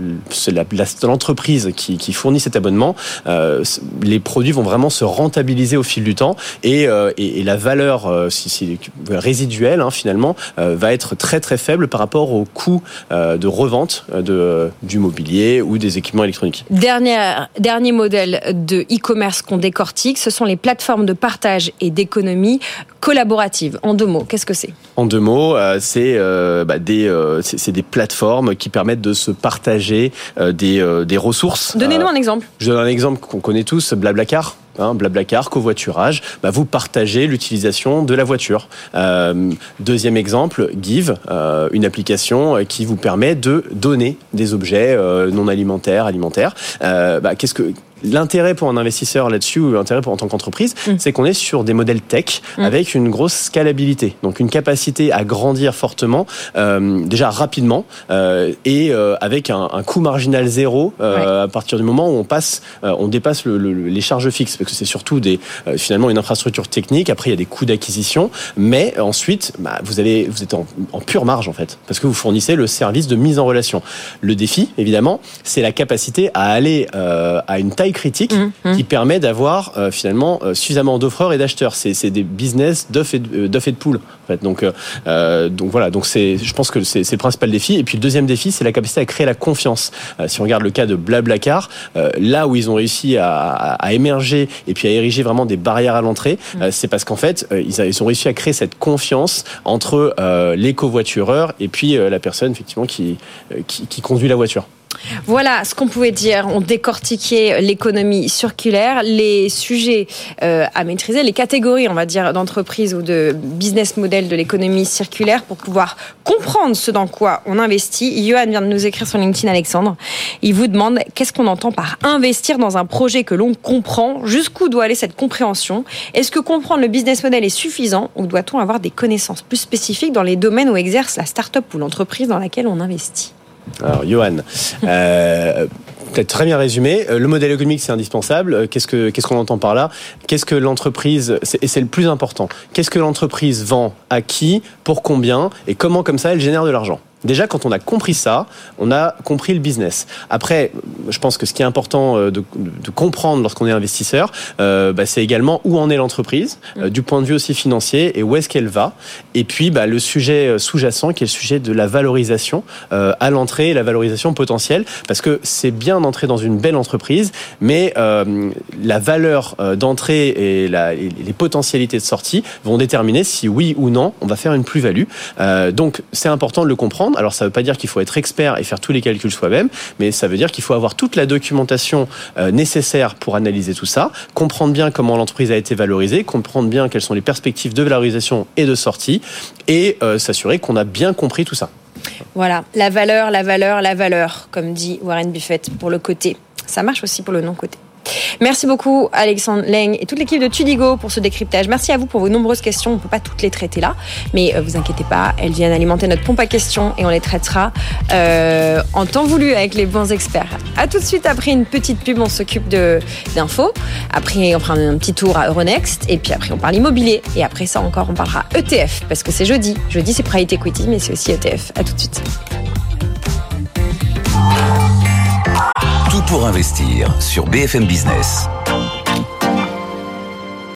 la, la l'entreprise qui, qui fournit cet abonnement, euh, les produits vont vraiment se rentabiliser au fil du temps et euh, et, et la valeur euh, si, si, résiduelle hein, finalement euh, va être très très faible par rapport au coût euh, de revente de du mobilier ou des équipements électroniques. Dernier dernier modèle de e-commerce qu'on décortique, ce sont les plateformes de partage et d'économie collaborative. En deux mots, qu'est-ce que c'est ? En deux mots, euh, c'est, euh, bah, des, euh, c'est, c'est des plateformes qui permettent de se partager euh, des, euh, des ressources. Donnez-nous Euh, un exemple. Je donne un exemple qu'on connaît tous, Blablacar. Hein, Blablacar, covoiturage, bah vous partagez l'utilisation de la voiture. Euh, deuxième exemple, Give, euh, une application qui vous permet de donner des objets euh, non alimentaires, alimentaires. Euh, bah, qu'est-ce que L'intérêt pour un investisseur là-dessus, ou l'intérêt pour en tant qu'entreprise, mmh. c'est qu'on est sur des modèles tech mmh. avec une grosse scalabilité, donc une capacité à grandir fortement, euh, déjà rapidement, euh, et euh, avec un, un coût marginal zéro euh, ouais. à partir du moment où on passe, euh, on dépasse le, le, les charges fixes, parce que c'est surtout des, euh, finalement une infrastructure technique. Après, il y a des coûts d'acquisition, mais ensuite, bah, vous allez, vous êtes en, en pure marge en fait, parce que vous fournissez le service de mise en relation. Le défi, évidemment, c'est la capacité à aller euh, à une taille critique mmh, qui mmh. permet d'avoir euh, finalement euh, suffisamment d'offreurs et d'acheteurs. C'est, c'est des business d'œufs et de, d'œufs et de poules. En fait. Donc, euh, donc voilà. Donc c'est, je pense que c'est, c'est le principal défi. Et puis le deuxième défi, c'est la capacité à créer la confiance. Euh, si on regarde le cas de Blablacar, euh, là où ils ont réussi à, à, à émerger et puis à ériger vraiment des barrières à l'entrée, mmh. euh, c'est parce qu'en fait, euh, ils, a, ils ont réussi à créer cette confiance entre euh, les covoitureurs et puis euh, la personne effectivement qui, euh, qui, qui conduit la voiture. Voilà ce qu'on pouvait dire. On décortiquait l'économie circulaire, les sujets euh, à maîtriser, les catégories, on va dire, d'entreprises ou de business model de l'économie circulaire pour pouvoir comprendre ce dans quoi on investit. Johan vient de nous écrire sur LinkedIn, Alexandre. Il vous demande qu'est-ce qu'on entend par investir dans un projet que l'on comprend. Jusqu'où doit aller cette compréhension ? Est-ce que comprendre le business model est suffisant ou doit-on avoir des connaissances plus spécifiques dans les domaines où exerce la start-up ou l'entreprise dans laquelle on investit ? Alors, Johan, euh, peut-être très bien résumé. Le modèle économique, c'est indispensable. Qu'est-ce que, qu'est-ce qu'on entend par là ? Qu'est-ce que l'entreprise, et c'est le plus important, qu'est-ce que l'entreprise vend à qui, pour combien, et comment, comme ça, elle génère de l'argent ? Déjà, quand on a compris ça, on a compris le business. Après, je pense que ce qui est important de, de, de comprendre lorsqu'on est investisseur, euh, bah, c'est également où en est l'entreprise, euh, du point de vue aussi financier, et où est-ce qu'elle va. Et puis, bah, le sujet sous-jacent, qui est le sujet de la valorisation euh, à l'entrée, la valorisation potentielle, parce que c'est bien d'entrer dans une belle entreprise, mais euh, la valeur d'entrée et, la, et les potentialités de sortie vont déterminer si oui ou non on va faire une plus-value. Euh, donc, c'est important de le comprendre. Alors, ça ne veut pas dire qu'il faut être expert et faire tous les calculs soi-même, mais ça veut dire qu'il faut avoir toute la documentation euh, nécessaire pour analyser tout ça, comprendre bien comment l'entreprise a été valorisée, comprendre bien quelles sont les perspectives de valorisation et de sortie, et euh, s'assurer qu'on a bien compris tout ça. Voilà, la valeur, la valeur, la valeur, comme dit Warren Buffett pour le côté. Ça marche aussi pour le non-côté. Merci beaucoup Alexandre Leng et toute l'équipe de Tudigo pour ce décryptage. Merci à vous pour vos nombreuses questions. On ne peut pas toutes les traiter là, mais euh, vous inquiétez pas, elles viennent alimenter notre pompe à questions et on les traitera euh, en temps voulu avec les bons experts. À tout de suite après une petite pub, on s'occupe de, d'infos. Après, on prend un petit tour à Euronext et puis après, on parle immobilier. Et après ça encore, on parlera E T F parce que c'est jeudi. Jeudi, c'est Private Equity, mais c'est aussi E T F. À tout de suite. Tout pour investir sur B F M Business.